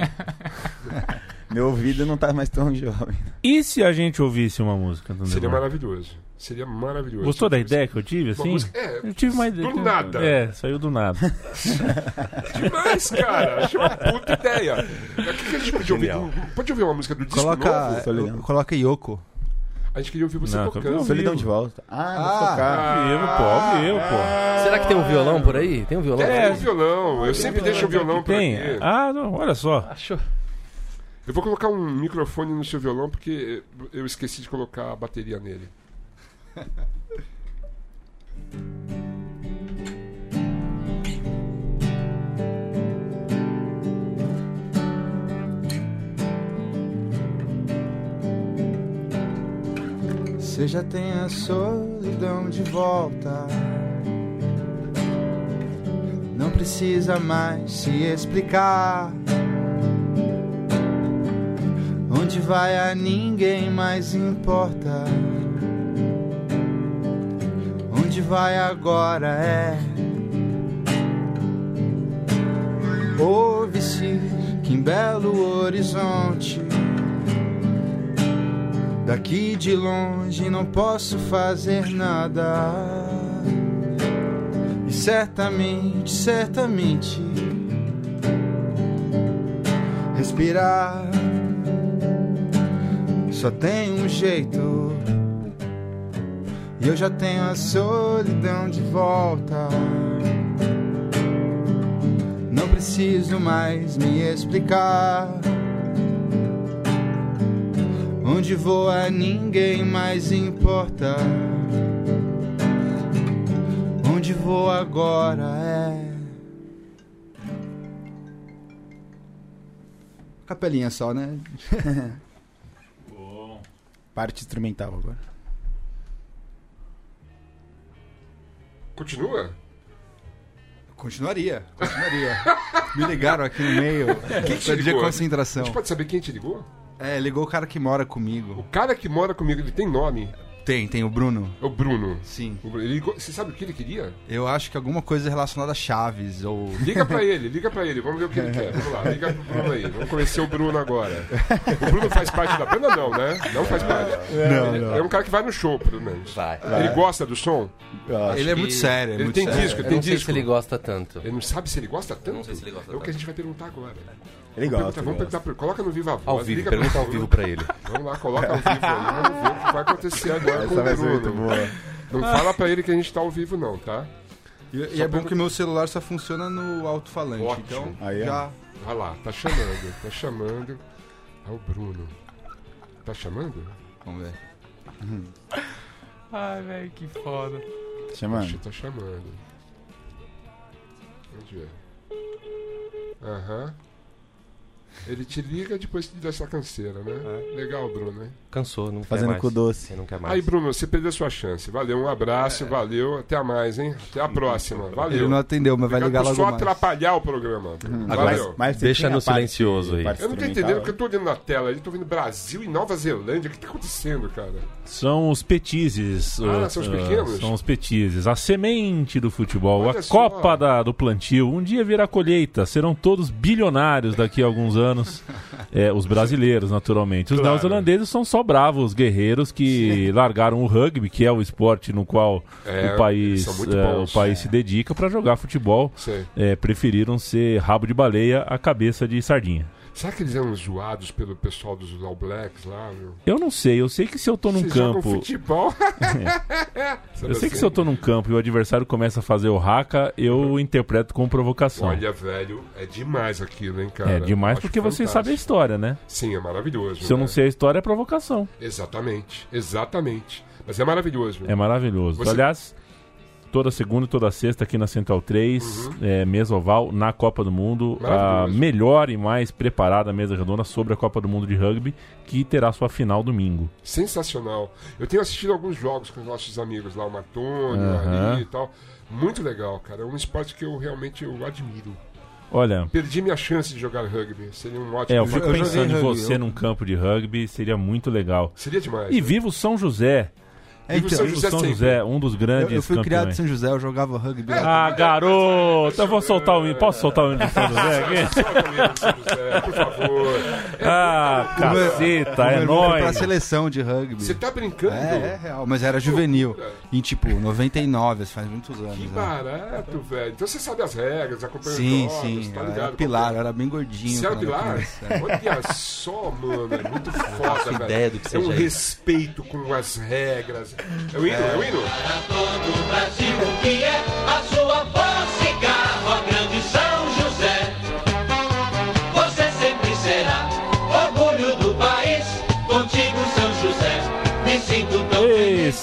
S3: Meu ouvido não tá mais tão jovem.
S1: E se a gente ouvisse uma música do
S2: Seria
S1: Underground?
S2: maravilhoso. Seria maravilhoso.
S1: Gostou da ideia que eu tive,
S2: Uma
S1: assim?
S2: música- é,
S1: Eu tive uma ideia.
S2: do nada.
S1: É, saiu do nada.
S2: demais, cara. Achei uma puta ideia. O que, que a gente podia ouvir?
S5: Genial.
S2: Pode ouvir uma música do disco
S4: Coloca,
S2: novo?
S3: Solidão.
S4: coloca Yoko.
S2: A gente queria ouvir você
S1: Não,
S2: tocando.
S1: eu-
S3: Solidão de volta. Ah, vou
S4: Ah.
S3: tocar.
S1: Ao vivo, pô, ao vivo, pô.
S5: Será Será que tem um violão por aí? Tem um violão?
S2: É, um violão. Eu sempre deixo um violão por
S1: Tem.
S2: aqui.
S1: Ah, não, olha só.
S5: Achou.
S2: Eu vou colocar um microfone no seu violão porque eu esqueci de colocar a bateria nele.
S4: Você já tem a solidão de volta. Não precisa mais se explicar. Onde vai a ninguém mais importa. Onde vai agora é. Ouve-se que em belo horizonte. Daqui de longe não posso fazer nada. E certamente, certamente respirar só tem um jeito. E eu já tenho a solidão de volta. Não preciso mais me explicar. Onde vou a ninguém mais importa. Onde vou agora é. Capelinha só, né?
S1: Bom.
S3: Parte instrumental agora.
S2: Continua?
S4: Continuaria, continuaria. Me ligaram aqui no meio.
S2: Quem te
S4: Perdi a
S2: ligou? A
S4: concentração.
S2: gente pode saber quem te ligou?
S4: É, ligou o cara que mora
S2: O
S4: comigo.
S2: cara que mora comigo, ele tem nome.
S4: Tem, tem o Bruno.
S2: É o Bruno.
S4: Sim.
S2: O Bruno. Ele ligou- Você sabe o que ele queria?
S4: Eu acho que alguma coisa relacionada a Chaves ou.
S2: Liga pra ele, liga pra ele, vamos ver o que ele quer. Vamos lá, liga pro Bruno aí. Vamos conhecer o Bruno agora. O Bruno faz parte da banda, não, né? Não faz parte.
S4: Não,
S2: Ele
S4: não.
S2: É um cara que vai no show, pelo menos.
S5: Vai.
S2: Ele gosta do som?
S4: Ele é
S5: que-
S4: muito sério. é
S2: Ele
S4: muito
S2: tem
S4: sério.
S2: disco,
S5: Eu
S2: tem
S5: não sei
S2: disco.
S5: se ele gosta tanto.
S2: Ele não sabe se ele gosta tanto?
S5: não sei se ele gosta
S2: É o que
S5: tanto.
S2: a gente vai perguntar agora.
S3: Ele
S2: Vamos
S3: gosta.
S2: perguntar, vamos perguntar pra ele. Coloca no Viva Voz.
S5: Ao vivo,
S2: liga
S5: pergunta
S2: pro
S5: ao
S2: Bruno.
S5: vivo pra ele.
S2: Vamos lá, coloca ao vivo aí. Vamos ver o que vai acontecer agora com
S3: Essa
S2: o
S3: vai ser muito
S2: Bruno.
S3: boa.
S2: Não fala pra ele que a gente tá ao vivo, não, tá?
S4: E, e é bom que meu celular só funciona no alto-falante.
S2: Ótimo.
S4: Então,
S3: Aí, ó.
S4: já.
S2: Vai lá, tá chamando, tá chamando. É o Bruno. Tá chamando?
S4: Vamos ver.
S6: Ai, velho, que foda.
S2: Acho
S3: Chamando.
S2: que tá chamando. Vamos ver. Aham. Ele te liga depois de dar essa canseira, né? Legal, Bruno, hein?
S5: Cansou, não quer
S3: Fazendo
S5: mais.
S3: com doce.
S5: Ele não quer mais.
S2: Aí, Bruno, você perdeu a sua chance. Valeu, um abraço, valeu. Até a mais, hein? Até a próxima. Valeu.
S4: Ele não atendeu, mas vai
S2: Obrigado
S4: ligar
S2: por
S4: logo
S2: só
S4: mais.
S2: atrapalhar o programa. Bruno.
S5: Agora,
S2: Valeu.
S3: Mas você
S5: Deixa
S3: tem
S5: no
S3: a parte-
S5: silencioso aí.
S3: parte
S2: Eu não tô
S3: instrumental?
S2: entendendo porque eu tô olhando na tela aí, tô vendo Brasil e Nova Zelândia. O que tá acontecendo, cara?
S1: São os petizes.
S2: Ah,
S1: uh,
S2: são os
S1: uh,
S2: pequenos?
S1: São os petizes. A semente do futebol.
S2: Olha
S1: a
S2: só.
S1: Copa da- do plantio. Um dia virá colheita. Serão todos bilionários daqui a alguns anos. É, os brasileiros, naturalmente. Os
S2: Claro.
S1: neozelandeses são só bravos guerreiros que largaram o rugby, que é o esporte no qual
S2: É,
S1: o país,
S2: são muito
S1: é, o
S2: bons.
S1: país se dedica para jogar futebol.
S2: Sei.
S1: É, preferiram ser rabo de baleia a cabeça de sardinha.
S2: Será que eles eram zoados pelo pessoal dos All Blacks lá, meu?
S1: Eu não sei, eu sei que se eu tô num
S2: Vocês jogam
S1: campo.
S2: futebol?
S1: Eu sei que se eu tô num campo e o adversário começa a fazer o haka, eu interpreto como provocação.
S2: Olha, velho, é demais aquilo, hein, cara?
S1: É demais
S2: Acho
S1: porque você
S2: fantástico.
S1: sabe a história, né?
S2: Sim, é maravilhoso.
S1: Se eu não
S2: né?
S1: sei a história, é provocação.
S2: Exatamente, exatamente. Mas é maravilhoso.
S1: É maravilhoso.
S2: Você-
S1: Aliás, toda segunda e toda sexta aqui na Central três, é, mesa oval na Copa do Mundo, a
S2: Maravilhoso.
S1: melhor e mais preparada mesa redonda sobre a Copa do Mundo de rugby, que terá sua final domingo.
S2: Sensacional. Eu tenho assistido alguns jogos com os nossos amigos lá, o Matônio,
S1: Aham.
S2: ali e tal. Muito legal, cara. É um esporte que eu realmente eu admiro.
S1: Olha,
S2: Perdi minha chance de jogar rugby. Seria um ótimo
S1: é, eu
S2: jogo.
S1: fico
S4: eu joguei
S1: pensando em
S4: rugby,
S1: você
S4: eu-
S1: num campo de rugby, seria muito legal.
S2: Seria demais.
S1: E
S2: né?
S1: viva o São José!
S4: É,
S2: Viva o
S4: então,
S2: São
S1: Viva o
S2: José
S1: São
S2: sempre.
S1: José, um dos
S4: eu,
S1: grandes
S4: eu fui criado em
S1: campeões.
S4: São José, eu jogava rugby.
S1: Ah, garoto! Eu vou soltar o hino. Posso soltar o hino de São José aqui?
S2: Solta o hino de São José, por favor.
S1: Ah, caceta,
S4: Meu
S1: é
S4: irmão foi pra
S1: nóis!
S4: seleção de rugby.
S2: Você tá brincando?
S4: É, é real, mas era juvenil.
S2: loucura.
S4: Em tipo, noventa e nove, faz muitos anos.
S2: Que
S4: né?
S2: barato, velho. Então você sabe as regras, acompanha
S4: Sim,
S2: os jogos,
S4: sim.
S2: tá
S4: eu
S2: ligado?
S4: era pilar, eu era bem gordinho.
S2: Você era
S4: quando eu
S2: pilar?
S4: criança, é.
S2: Olha só, mano, é muito foda, velho.
S5: ideia do que
S2: É um
S5: seja isso.
S2: respeito com as regras. É o hino, é, o hino?
S7: Para todo o Brasil, o que é a sua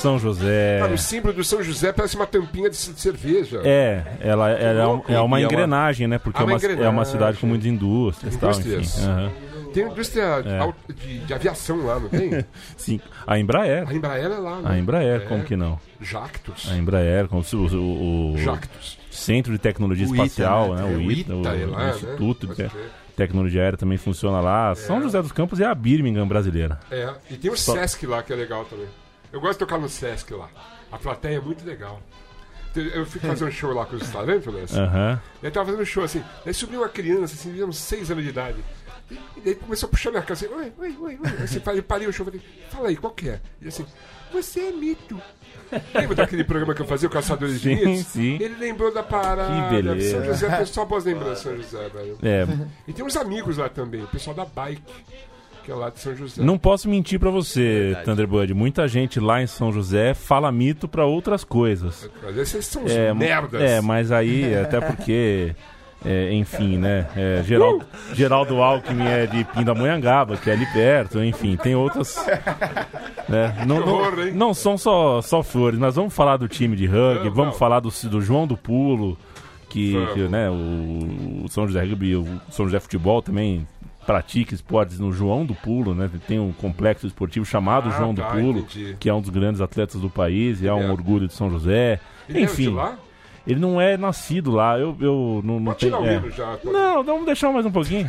S1: São José.
S2: Cara, o símbolo do São José parece uma tampinha de ce- cerveja.
S1: É, ela, ela é, um-
S2: louco.
S1: é uma
S5: E é uma-
S1: engrenagem, né? Porque
S2: Ah,
S1: é,
S2: uma
S1: uma, é uma
S2: engrenagem.
S1: cidade com muitas indústrias e tal, enfim.
S2: Indústrias.
S1: Aham.
S2: Tem indústria
S1: É.
S2: au- de, de aviação lá, não tem?
S1: Sim. A Embraer.
S2: A Embraer é lá, né?
S1: A Embraer,
S2: É.
S1: como que não?
S2: Jactus.
S1: A Embraer, como se o, o, o
S2: Jactus.
S1: Centro de Tecnologia
S4: O ITA,
S1: Espacial,
S4: né?
S1: né? O
S2: O
S1: ITA, o,
S2: ITA é lá,
S1: o
S2: né?
S1: Instituto de
S2: Pode
S1: Te-
S2: crer.
S1: Tecnologia Aérea também funciona lá. São José dos Campos é a Birmingham brasileira.
S2: É, e tem o
S1: Só-
S2: Sesc lá, que é legal também. Eu gosto de tocar no Sesc lá. A plateia é muito legal. Eu fui fazer um show lá com os Tarântulas.
S1: Aham.
S2: E aí tava fazendo um show assim. Daí subiu uma criança, assim, devia uns seis anos de idade. E, e daí começou a puxar minha cara assim, oi, oi, oi, oi. Assim, parei, parei o show, falei, fala aí, qual que é? E assim, você é mito. Lembra daquele programa que eu fazia, o Caçadores de
S1: Sim,
S2: Mitos?
S1: sim.
S2: Ele lembrou da parada.
S1: Que beleza.
S2: São José tem só boas lembranças, São José, velho.
S1: É,
S2: E tem uns amigos lá também, o pessoal da Bike, que é lá de São José.
S1: não posso mentir pra você,
S5: Verdade.
S1: Thunderbird. Muita gente lá em São José fala mito pra outras coisas.
S2: Mas esses são os
S1: É,
S2: merdas.
S1: é, mas aí, até porque, é, enfim, né? É, Geraldo, Geraldo Alckmin é de Pindamonhangaba, que é ali perto, enfim, tem outras. Né? Não,
S2: Que horror,
S1: não,
S2: hein?
S1: não são só, só flores, nós vamos falar do time de rugby,
S2: Não,
S1: vamos
S2: não.
S1: falar do, do João do Pulo, que,
S2: Vamos.
S1: que, né, o, o São José Rugby, o São José Futebol também pratica esportes no João do Pulo, né? Tem um complexo esportivo chamado
S2: Ah,
S1: João
S2: tá,
S1: do Pulo,
S2: entendi.
S1: que é um dos grandes atletas do país e é um
S2: É.
S1: orgulho de São José.
S2: Ele é de
S1: Enfim,
S2: lá?
S1: ele não é nascido lá, eu, eu não, não
S2: Pode
S1: tenho.
S2: tirar o
S1: é.
S2: hino já. pode.
S1: Não, vamos deixar mais um pouquinho.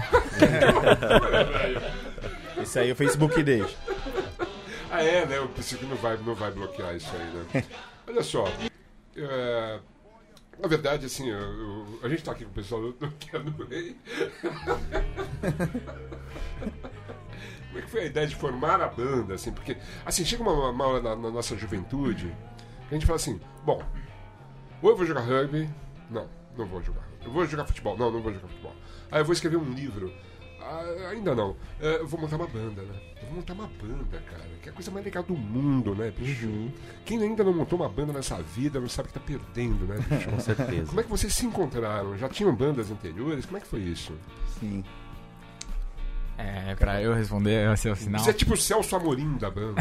S3: Isso aí o Facebook deixa.
S2: Ah, é, né? O psico não vai, não vai bloquear isso aí, né? Olha só. é, na verdade, assim, eu- eu- a gente tá aqui com o pessoal do, do Quero do Rei. Como é que foi a ideia de formar a banda, assim? Porque, assim, chega uma, uma hora na, na nossa juventude que a gente fala assim, bom, ou eu vou jogar rugby, não, não vou jogar rugby. Eu vou jogar futebol, não, não vou jogar futebol. Aí eu vou escrever um livro. Ah, ainda não. É, eu vou montar uma banda, né? Eu vou montar uma banda, cara. Que é a coisa mais legal do mundo, né, bicho? Quem ainda não montou uma banda nessa vida não sabe que tá perdendo, né, bicho?
S5: Com certeza.
S2: Como é que vocês se encontraram? Já tinham bandas anteriores? Como é que foi isso?
S3: Sim.
S6: É, pra eu responder, vai ser o final.
S2: Você é tipo o Celso Amorim da banda,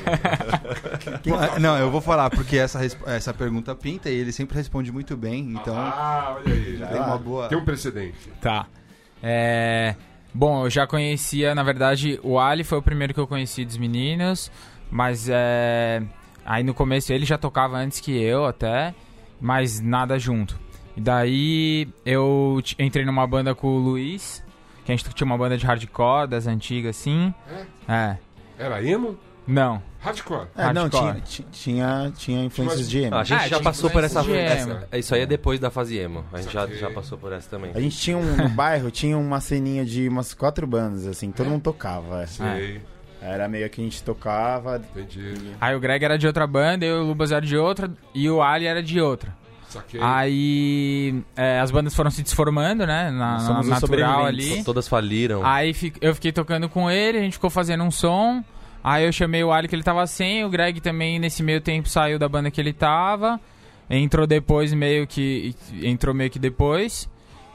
S2: é isso?
S4: Ah, Não, eu vou falar, porque essa, resp- essa pergunta pinta e ele sempre responde muito bem, então
S2: Ah, olha aí.
S4: tem uma boa.
S2: Tem um precedente.
S6: Tá. É... Bom, eu já conhecia, na verdade, o Ali foi o primeiro que eu conheci dos meninos, mas é... aí no começo ele já tocava antes que eu até, mas nada junto. E daí eu t- entrei numa banda com o Luiz, que a gente tinha uma banda de hardcore das antigas, assim. É.
S2: Era emo?
S6: Não.
S2: Hardcore.
S3: É, não, tinha,
S6: Hardcore.
S3: ti- tinha, tinha influências de emo.
S5: Ah, a gente
S6: Ah,
S5: já
S6: tinha
S5: passou por essa,
S6: influência de
S5: essa- Isso aí é depois da fase emo. A gente já,
S2: Saquei.
S5: já passou por essa também.
S3: A gente tinha um, no bairro, tinha uma ceninha de umas quatro bandas, assim, todo mundo tocava. é.
S2: Sei,
S3: Era meio que a gente tocava.
S2: entendi.
S6: Aí o Greg era de outra banda, eu e o Lubas era de outra, e o Ali era de outra.
S2: Saquei.
S6: Aí é, as bandas foram se desformando, né? Na,
S3: Nós
S6: na
S3: somos os
S6: natural
S3: sobreviventes.
S6: ali.
S5: Todas faliram.
S6: Aí fi- eu fiquei tocando com ele, a gente ficou fazendo um som. Aí eu chamei o Ali que ele tava sem, o Greg também nesse meio tempo saiu da banda que ele tava. Entrou depois meio que. Entrou meio que depois.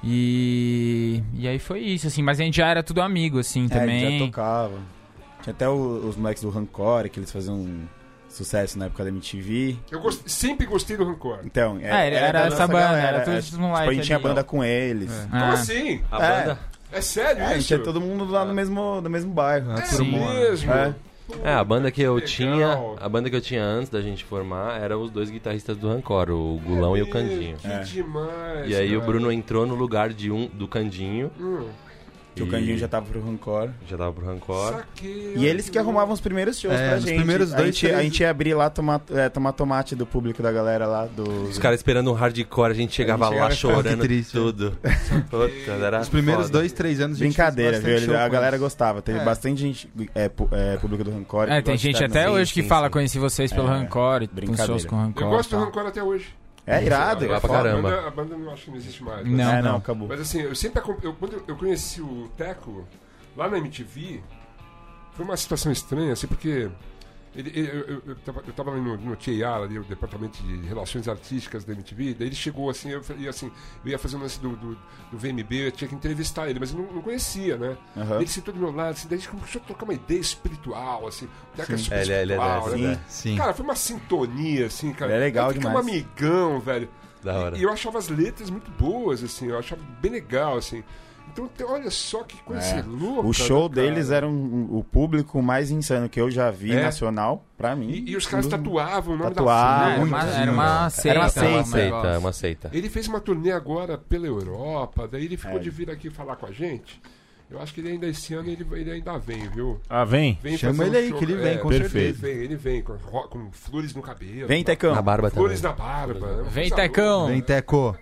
S6: E. E aí foi isso, assim. Mas a gente já era tudo amigo, assim,
S3: É, a gente
S6: também.
S3: já tocava. Tinha até o- os moleques do Rancor, que eles faziam sucesso na época da M T V.
S2: Eu gost- sempre gostei do Rancor.
S3: Então,
S6: É, era
S3: da
S6: essa
S3: nossa
S6: banda,
S3: galera,
S6: era todos
S3: é,
S6: os
S3: tipo,
S6: moleques
S3: a gente tinha
S6: ali.
S3: banda com eles.
S6: É.
S2: Como assim?
S5: A
S3: É.
S5: banda.
S2: É sério
S3: É, a gente
S2: isso?
S3: tinha todo mundo lá no mesmo, no mesmo bairro.
S2: É
S6: Sim.
S2: mesmo?
S3: É.
S5: É, a banda que eu
S2: Legal.
S5: tinha. A banda que eu tinha antes da gente formar eram os dois guitarristas do Rancor, o Gulão e o Candinho.
S2: Que
S3: É.
S2: demais.
S5: E aí o
S2: cara.
S5: Bruno entrou no lugar de um do Candinho.
S2: Hum,
S3: Que o Candinho já tava pro Rancor.
S5: Já tava pro Rancor.
S2: saquei.
S3: E eles que arrumavam os primeiros shows
S4: É,
S3: pra
S4: nos
S3: gente.
S4: primeiros
S3: a,
S4: dois,
S3: gente a
S4: três-
S3: gente ia abrir lá, tomar, é, tomar tomate do público da galera lá. Do...
S5: Os caras esperando um hardcore, a gente chegava
S3: chegava
S5: lá
S3: e ficava
S5: chorando
S4: que triste,
S5: tudo. Puta, era
S4: Os primeiros
S5: foda.
S4: dois, três anos a gente
S3: Brincadeira,
S4: fez
S3: viu?
S4: bastante
S3: Ele-
S4: show
S3: a
S4: com
S3: galera
S4: eles.
S3: gostava. Teve
S4: É.
S3: bastante gente, é, pu- é, público do Rancor.
S6: É,
S3: que
S6: tem
S3: gosta
S6: gente
S3: de
S6: até
S3: estar
S6: hoje que
S5: sim,
S6: fala,
S5: sim.
S6: conheci vocês pelo
S3: É,
S6: Rancor, e uns
S3: brincadeira.
S6: shows com Rancor.
S2: Eu gosto
S6: e
S2: do
S6: tal.
S2: Rancor até hoje.
S3: É irado.
S5: Vai
S3: é
S5: pra
S3: foda.
S5: caramba.
S2: A banda, a banda não acho que não existe mais.
S6: Não,
S3: É,
S6: não.
S3: não, acabou.
S2: Mas assim, eu sempre acom- eu, quando eu conheci o Teco lá na M T V, foi uma situação estranha, assim, porque Ele, ele, eu, eu, eu, tava, eu tava ali no, no T A, ali, o Departamento de Relações Artísticas da M T V, daí ele chegou assim, eu, ia, assim, eu ia fazer um lance do, do, do V M B, eu tinha que entrevistar ele, mas eu não, não conhecia, né?
S3: Uhum.
S2: Ele sentou do meu lado, assim, daí a gente começou a trocar uma ideia espiritual, assim, década super
S5: É, ele é- ele é
S2: espiritual,
S5: dessa,
S2: né?
S5: né?
S4: Sim.
S2: Cara, foi uma sintonia, assim, cara.
S3: Ele é legal
S2: eu fiquei um
S3: demais.
S2: amigão, velho.
S5: Da hora.
S2: E, e eu achava as letras muito boas, assim, eu achava bem legal, assim. Então, te- olha só que coisa
S3: É.
S2: louca.
S3: O show
S2: né, cara?
S3: deles era um- o público mais insano que eu já vi
S2: É.
S3: nacional, pra mim.
S2: E, e os caras
S3: Um dos-
S2: tatuavam o nome
S3: Tatuavam,
S2: da
S6: Era
S2: filha.
S6: uma,
S3: muito,
S6: era uma
S3: sim.
S6: seita.
S3: Era uma
S6: um
S3: seita,
S5: É uma seita,
S6: negócio.
S5: é uma seita.
S2: Ele fez uma turnê agora pela Europa, daí ele ficou
S3: É.
S2: de vir aqui falar com a gente. Eu acho que ele ainda esse ano ele, ele ainda vem, viu?
S1: Ah, vem?
S2: Vem
S4: Chama
S2: fazer
S4: ele
S2: um
S4: aí,
S2: show-
S4: que ele vem, com
S1: Perfeito.
S4: certeza.
S2: Ele vem, ele vem com, ro- com flores no cabelo.
S3: Vem, Tecão.
S5: Na barba
S2: Flores
S5: também.
S2: na barba. é uma
S6: Vem,
S2: coisa
S6: Tecão.
S2: louca.
S4: Vem, Teco.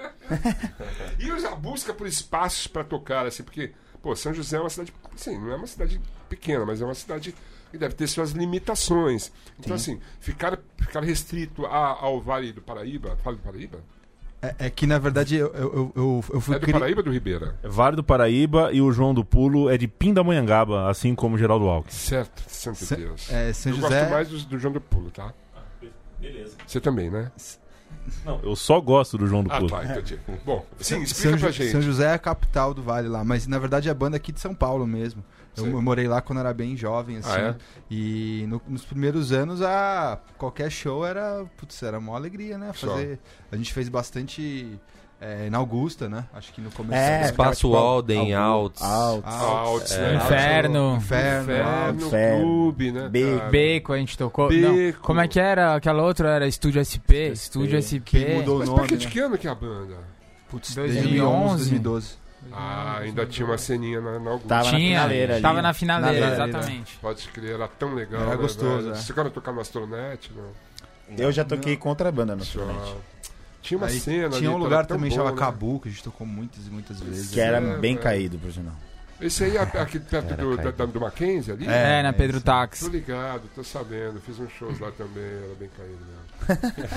S2: E os- a busca por espaços pra tocar, assim, porque, pô, São José é uma cidade, assim, não é uma cidade pequena, mas é uma cidade que deve ter suas limitações. Então, assim, ficar, ficar restrito a- ao Vale do Paraíba, Vale do Paraíba?
S4: É, é que, na verdade, eu, eu, eu, eu fui...
S2: É do
S4: cri-
S2: Paraíba ou do Ribeira?
S1: É Vale do Paraíba e o João do Pulo é de Pindamonhangaba, assim como o Geraldo Alckmin.
S2: Certo, santo
S4: Sa-
S2: Deus.
S4: é, São
S2: Eu
S4: José...
S2: gosto mais do, do João do Pulo, tá?
S1: Beleza.
S2: Você também, né?
S1: Não, eu só gosto do João do
S2: Ah,
S1: Pulo.
S2: tá, entendi. Bom, sim, explica
S4: São,
S2: pra
S4: Ju-
S2: gente.
S4: São José é a capital do Vale lá, mas na verdade é a banda aqui de São Paulo mesmo. Eu,
S2: Sei.
S4: eu morei lá quando era bem jovem, assim.
S2: Ah, é?
S4: E no- nos primeiros anos, a, qualquer show era, putz, era uma alegria, né?
S2: Só.
S4: Fazer, a gente fez bastante é, na Augusta, né? Acho que no começo.
S3: É,
S5: Espaço
S3: tipo,
S5: Alden,
S3: Alto-
S5: Alts.
S3: Altos.
S2: Altos,
S5: É.
S2: né?
S6: Inferno.
S4: Inferno.
S2: Inferno,
S3: Inferno.
S2: Clube, né?
S3: Beco.
S2: cara?
S6: Beco a gente tocou.
S2: Beco.
S6: Não, como é que era? Aquela outra era Estúdio S P. Estúdio S P.
S4: Que mudou
S2: Mas
S4: o
S2: pra
S4: nome,
S2: que de
S4: né?
S2: que ano que é a banda?
S4: Putz,
S6: dois
S4: desde
S6: mil e onze.
S4: dois mil e onze, dois mil e doze.
S2: Ah, ainda tinha uma ceninha na, na Augusta.
S3: Tava na
S6: Tinha,
S3: finaleira ali.
S6: tava na finaleira,
S4: Na finaleira.
S6: exatamente.
S2: Pode crer, era tão legal.
S4: Era
S2: né,
S4: gostoso,
S2: velho?
S4: é.
S2: Vocês chegaram a tocar no Astronet? Não.
S3: Eu já toquei contra a banda no
S2: Só-
S3: Torrent.
S2: Tinha uma
S4: Aí
S2: cena
S4: tinha
S2: ali,
S4: um lugar
S2: tão
S4: também
S2: bom,
S4: chamado
S2: né?
S4: Cabu, que a gente tocou muitas e muitas vezes.
S3: Que era
S2: É,
S3: bem
S2: é.
S3: caído, por sinal.
S2: Esse aí é aqui perto
S5: Era
S2: do, da,
S5: caído.
S2: da- do Mackenzie ali?
S6: É, na Pedro
S2: Tô
S6: Táxi.
S2: ligado, tô sabendo. Fiz uns shows lá também, era bem caído mesmo.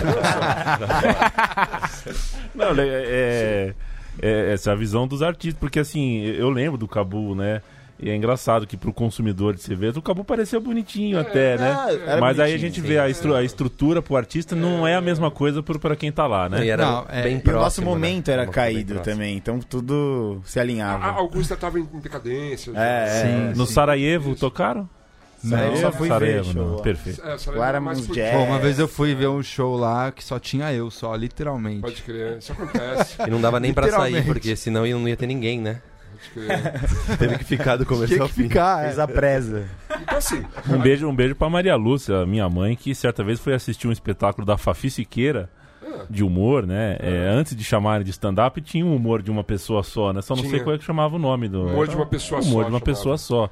S1: Não, é, é- é essa é a visão dos artistas, porque assim, eu lembro do Cabu, né? E é engraçado que pro consumidor de cerveja, o Cabu parecia bonitinho até, né?
S3: Ah, era
S1: Mas aí a
S3: bonitinho,
S1: gente
S3: sim.
S1: vê a, estru- a estrutura pro artista não é a mesma coisa pro, pra quem tá lá, né?
S5: E era
S4: Não, é-
S5: bem
S4: e
S3: E o
S5: próximo,
S3: nosso
S5: né?
S3: momento era
S5: Uma coisa bem
S3: caído
S5: próxima.
S3: também, então tudo se
S2: A
S3: alinhava.
S2: Augusta tava em decadência. já.
S3: É, é.
S4: Sim.
S1: No Sarajevo
S2: Isso.
S1: tocaram?
S3: Não, eu só fui ver
S1: Sarajevo,
S3: show
S1: não.
S3: lá.
S1: Perfeito.
S2: É, só
S3: Lá era
S2: mais
S3: uns
S2: por-
S3: jazz.
S4: Pô, uma vez eu fui ver um show lá que só tinha eu, só, literalmente.
S2: Pode crer, isso acontece.
S5: E não dava nem pra sair,
S4: Literalmente.
S5: porque senão não ia ter ninguém, né?
S2: Pode crer.
S5: Teve que ficar do começo
S4: Tinha
S5: ao
S4: que
S5: fim.
S4: ficar, é.
S3: Fez a presa.
S2: Então assim,
S1: Um beijo, um beijo pra Maria Lúcia, minha mãe, que certa vez foi assistir um espetáculo da Fafi Siqueira,
S2: ah,
S1: de humor, né? É, antes de chamarem de stand-up, tinha um humor de uma pessoa só, né? Só não sei
S2: Tinha.
S1: qual é que chamava o nome do...
S2: humor de uma pessoa só.
S1: humor de uma
S2: chamava.
S1: pessoa só.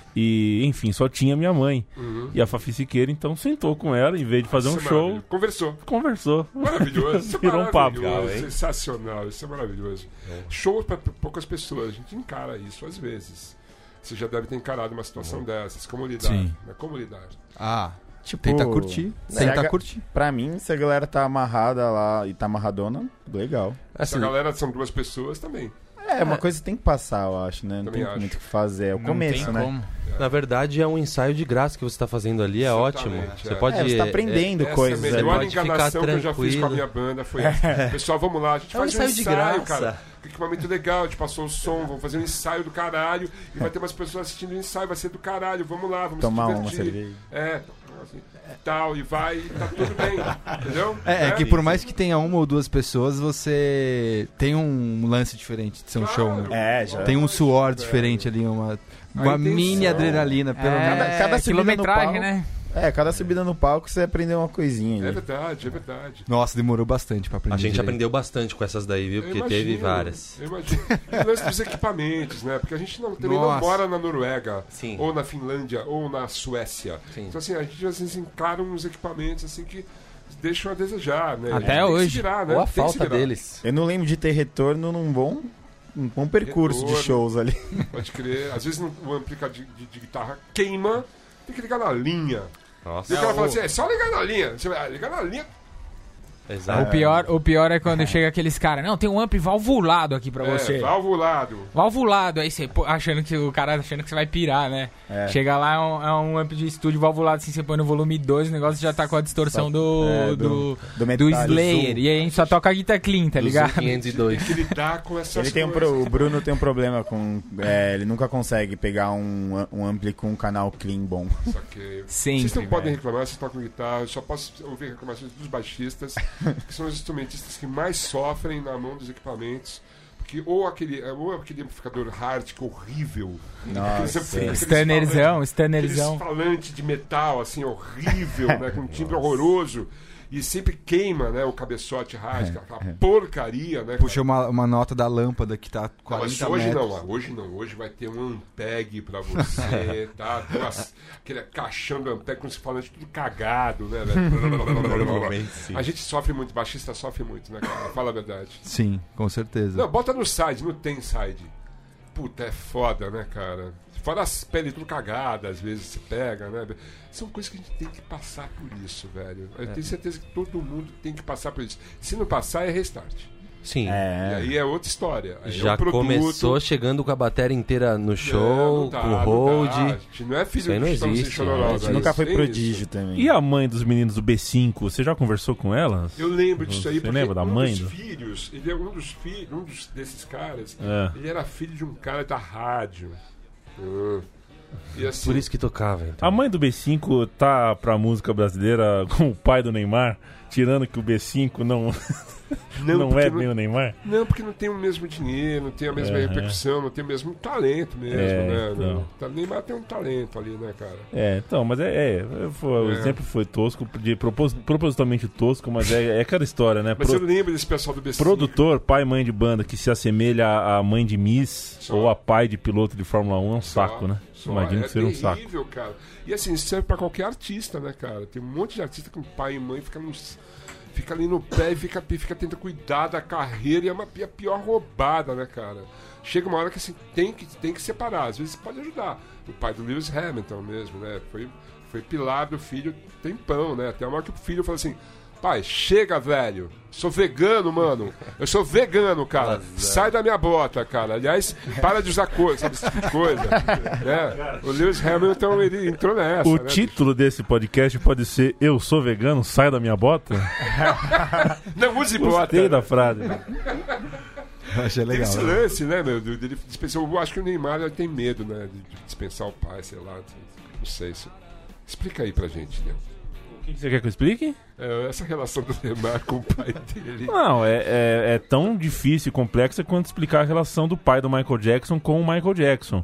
S1: E, enfim, só tinha minha mãe.
S2: Uhum.
S1: E a Fafi Siqueira, então, sentou com ela, em vez de fazer um
S2: Isso é
S1: show,
S2: maravilhoso. Conversou.
S1: conversou.
S2: Maravilhoso. Isso é
S1: Virou um papo.
S2: maravilhoso,
S5: Legal, hein?
S2: sensacional. Isso é maravilhoso. Show para poucas pessoas. A gente encara isso às vezes. Você já deve ter encarado uma situação dessas. Como lidar?
S4: Sim.
S2: Né? Como lidar?
S4: Ah,
S3: Tipo,
S4: tenta curtir.
S3: se
S4: Tenta
S3: a ga-
S4: curtir.
S3: Pra mim, se a galera tá amarrada lá e tá amarradona, legal.
S2: Se
S5: Assim,
S2: a galera são duas pessoas também.
S3: É, uma coisa que tem que passar, eu acho, né? Não
S2: Também
S3: tem
S2: acho.
S3: muito o que fazer. É o
S6: Não
S3: começo,
S6: tem
S3: né?
S6: como.
S5: na verdade, é um ensaio de graça que você tá fazendo ali, é
S2: Exatamente,
S5: ótimo.
S2: é.
S5: Você pode...
S3: É, você tá aprendendo
S2: Essa
S3: coisas
S2: é a
S3: ali.
S2: melhor
S5: Pode ficar
S2: enganação que eu já fiz com a
S5: tranquilo.
S2: minha banda foi essa. Pessoal, vamos lá, a gente
S5: É um
S2: faz um
S5: ensaio de
S2: ensaio,
S5: graça.
S2: cara. Equipamento legal, a gente passou o som, vamos fazer um ensaio do caralho. E vai ter umas pessoas assistindo o ensaio, vai ser do caralho, vamos lá, vamos
S3: Tomar
S2: se
S3: uma
S2: divertir.
S3: cerveja.
S2: É, assim, tal, e vai, e tá tudo bem, entendeu?
S4: É, é que por mais que tenha uma ou duas pessoas, você tem um lance diferente de ser um
S2: Claro.
S4: show, né?
S3: É, já.
S4: Tem um suor
S2: Velho.
S4: diferente ali, uma, uma
S2: intenção.
S4: mini adrenalina, pelo
S6: É,
S4: menos.
S3: Cada- cada subida no
S6: quilometragem,
S3: palco.
S6: né?
S3: É, cada subida no palco você aprendeu uma coisinha
S2: É
S3: ali.
S2: verdade, é verdade.
S4: Nossa, demorou bastante pra aprender.
S5: A gente
S4: direito.
S5: aprendeu bastante com essas daí, viu?
S2: Eu
S5: Porque
S2: imagino,
S5: teve várias.
S2: Eu imagino. E o lance dos equipamentos, né? Porque a gente não, também não
S4: Nossa.
S2: mora na Noruega,
S5: Sim.
S2: ou na Finlândia, ou na Suécia.
S5: Sim.
S2: Então, assim, a gente às vezes encara uns equipamentos assim que deixam a desejar, né?
S6: Até
S2: A gente tem que
S6: hoje.
S2: se virar, né?
S5: Ou a
S2: Tem que se
S5: falta
S2: virar.
S5: deles.
S3: Eu não lembro de ter retorno num bom, um bom percurso
S2: Retorno.
S3: de shows ali.
S2: Pode crer. Às vezes no- o amplificador de, de- de guitarra queima, tem que ligar na linha.
S5: Nossa.
S2: E o cara
S6: É,
S2: fala
S6: o-
S2: assim, é só ligar na linha. Você vai, ah, ligar na linha.
S5: Exato.
S6: O pior, o pior é quando chega aqueles caras, não, tem um amp valvulado aqui pra
S2: É,
S6: você.
S2: valvulado.
S6: Valvulado, aí você pô, achando que o cara achando que você vai pirar, né?
S3: É.
S6: Chega lá, é um, é um amp de estúdio valvulado, assim, você põe no volume dois, o negócio já tá com a distorção
S3: Só-
S6: do,
S3: é,
S6: do,
S3: do-
S6: do,
S3: do metal,
S6: Slayer.
S3: do
S6: E aí a gente só toca a guitarra clean, tá
S5: Do
S6: ligado?
S5: Zoom quinhentos e dois.
S2: Tem que lidar com essas
S3: Ele tem um
S2: coisas.
S3: pro- o Bruno tem um problema com. é, ele nunca consegue pegar um, um ampli com um canal clean bom.
S2: Saquei.
S6: Sempre,
S2: Vocês não podem
S6: velho.
S2: reclamar, vocês tocam guitarra, eu só posso ouvir reclamações dos baixistas, que são os instrumentistas que mais sofrem na mão dos equipamentos. Porque ou aquele, ou aquele amplificador Hartke horrível.
S3: Nossa,
S2: aqueles-
S3: sim.
S2: aqueles
S6: Stannerzão,
S2: falantes-
S6: Stannerzão.
S2: Aqueles falantes de metal, assim, horrível, né, com um timbre horroroso. E sempre queima, né, o cabeçote Hartke, aquela porcaria, né?
S4: Puxou uma, uma nota da lâmpada que tá
S2: Não, mas
S4: quarenta
S2: hoje
S4: metros.
S2: não, hoje não. Hoje vai ter um Ampeg pra você, tá? Tem umas- aquele caixão do Ampeg com os falantes tudo cagado, né,
S5: Normalmente, sim.
S2: velho? A gente sofre muito, baixista sofre muito, né, cara? Fala a verdade.
S4: Sim, com certeza.
S2: Não, bota no side, não tem side. Puta, é foda, né, cara? Fora as peles tudo cagadas, às vezes você pega, né? São coisas que a gente tem que passar por isso, velho. Eu tenho certeza que todo mundo tem que passar por isso. Se não passar, é restart.
S5: Sim.
S2: E
S3: É.
S2: aí é outra história. Aí é
S5: Já
S2: um produto.
S5: começou chegando com a bateria inteira no
S2: Não,
S5: show,
S2: não dá,
S5: com
S2: não
S5: hold.
S2: dá. A gente não é filho
S5: Isso aí
S2: do
S5: não
S2: Chitãozinho
S5: existe,
S2: Chororó,
S5: né?
S3: A gente
S2: velho.
S3: nunca foi
S2: Tem
S3: prodígio
S2: isso.
S3: também.
S1: E a mãe dos meninos do B cinco, você já conversou com ela?
S2: Eu lembro disso aí,
S1: Você
S2: porque
S1: lembra da
S2: um
S1: mãe
S2: dos
S1: do-
S2: filhos, ele é um dos filhos, um dos, desses caras,
S1: É.
S2: ele era filho de um cara da rádio. Hum. E assim,
S5: Por isso que tocava, então.
S1: A mãe do B cinco tá pra música brasileira com o pai do Neymar, tirando que o B cinco não, não,
S2: porque
S1: é bem o Neymar.
S2: Não, porque não tem o mesmo dinheiro, não tem a mesma
S1: É,
S2: repercussão, não tem o mesmo talento mesmo,
S1: É,
S2: né?
S1: então.
S2: O Neymar tem um talento ali, né, cara?
S1: É, então, mas é, é, foi- o
S2: É.
S1: exemplo foi tosco, de propos- propositalmente tosco, mas é, é aquela história, né?
S2: Mas
S1: Pro-
S2: eu lembro desse pessoal do B cinco.
S1: Produtor, pai e mãe de banda que se assemelha à à mãe de Miss
S2: Só.
S1: ou a pai de piloto de Fórmula um é um
S2: Só,
S1: saco, né?
S2: só.
S1: Imagina
S2: é
S1: que seria um saco.
S2: terrível, cara. E assim, isso serve pra qualquer artista, né, cara? Tem um monte de artista que o pai e mãe fica, nos, fica ali no pé e fica, fica tentando cuidar da carreira e é uma, e a pior roubada, né, cara? Chega uma hora que assim, tem que, tem que separar. Às vezes pode ajudar. O pai do Lewis Hamilton mesmo, né? Foi, foi pilar do filho tempão, né? Até uma hora que o filho falou assim: pai, chega, velho. Sou vegano, mano. Eu sou vegano, cara. Sai da minha bota, cara. Aliás, para de usar coisa, sabe? Esse tipo de coisa. É. O Lewis Hamilton, ele entrou nessa.
S1: O
S2: né?
S1: título desse podcast pode ser Eu sou vegano, sai da minha bota?
S2: Não use bota.
S1: Gostei da frase.
S4: Achei
S2: Tem
S4: legal.
S2: esse
S4: né?
S2: lance, né, meu? de- Dele dispensar. Eu acho que o Neymar ele tem medo, né? De de dispensar o pai, sei lá. Não sei. Se... Explica aí pra gente, né?
S1: O que que você quer que eu explique?
S2: É, essa relação do Neymar com o pai dele.
S1: Não, é, é, é tão difícil e complexa quanto explicar a relação do pai do Michael Jackson com o Michael Jackson.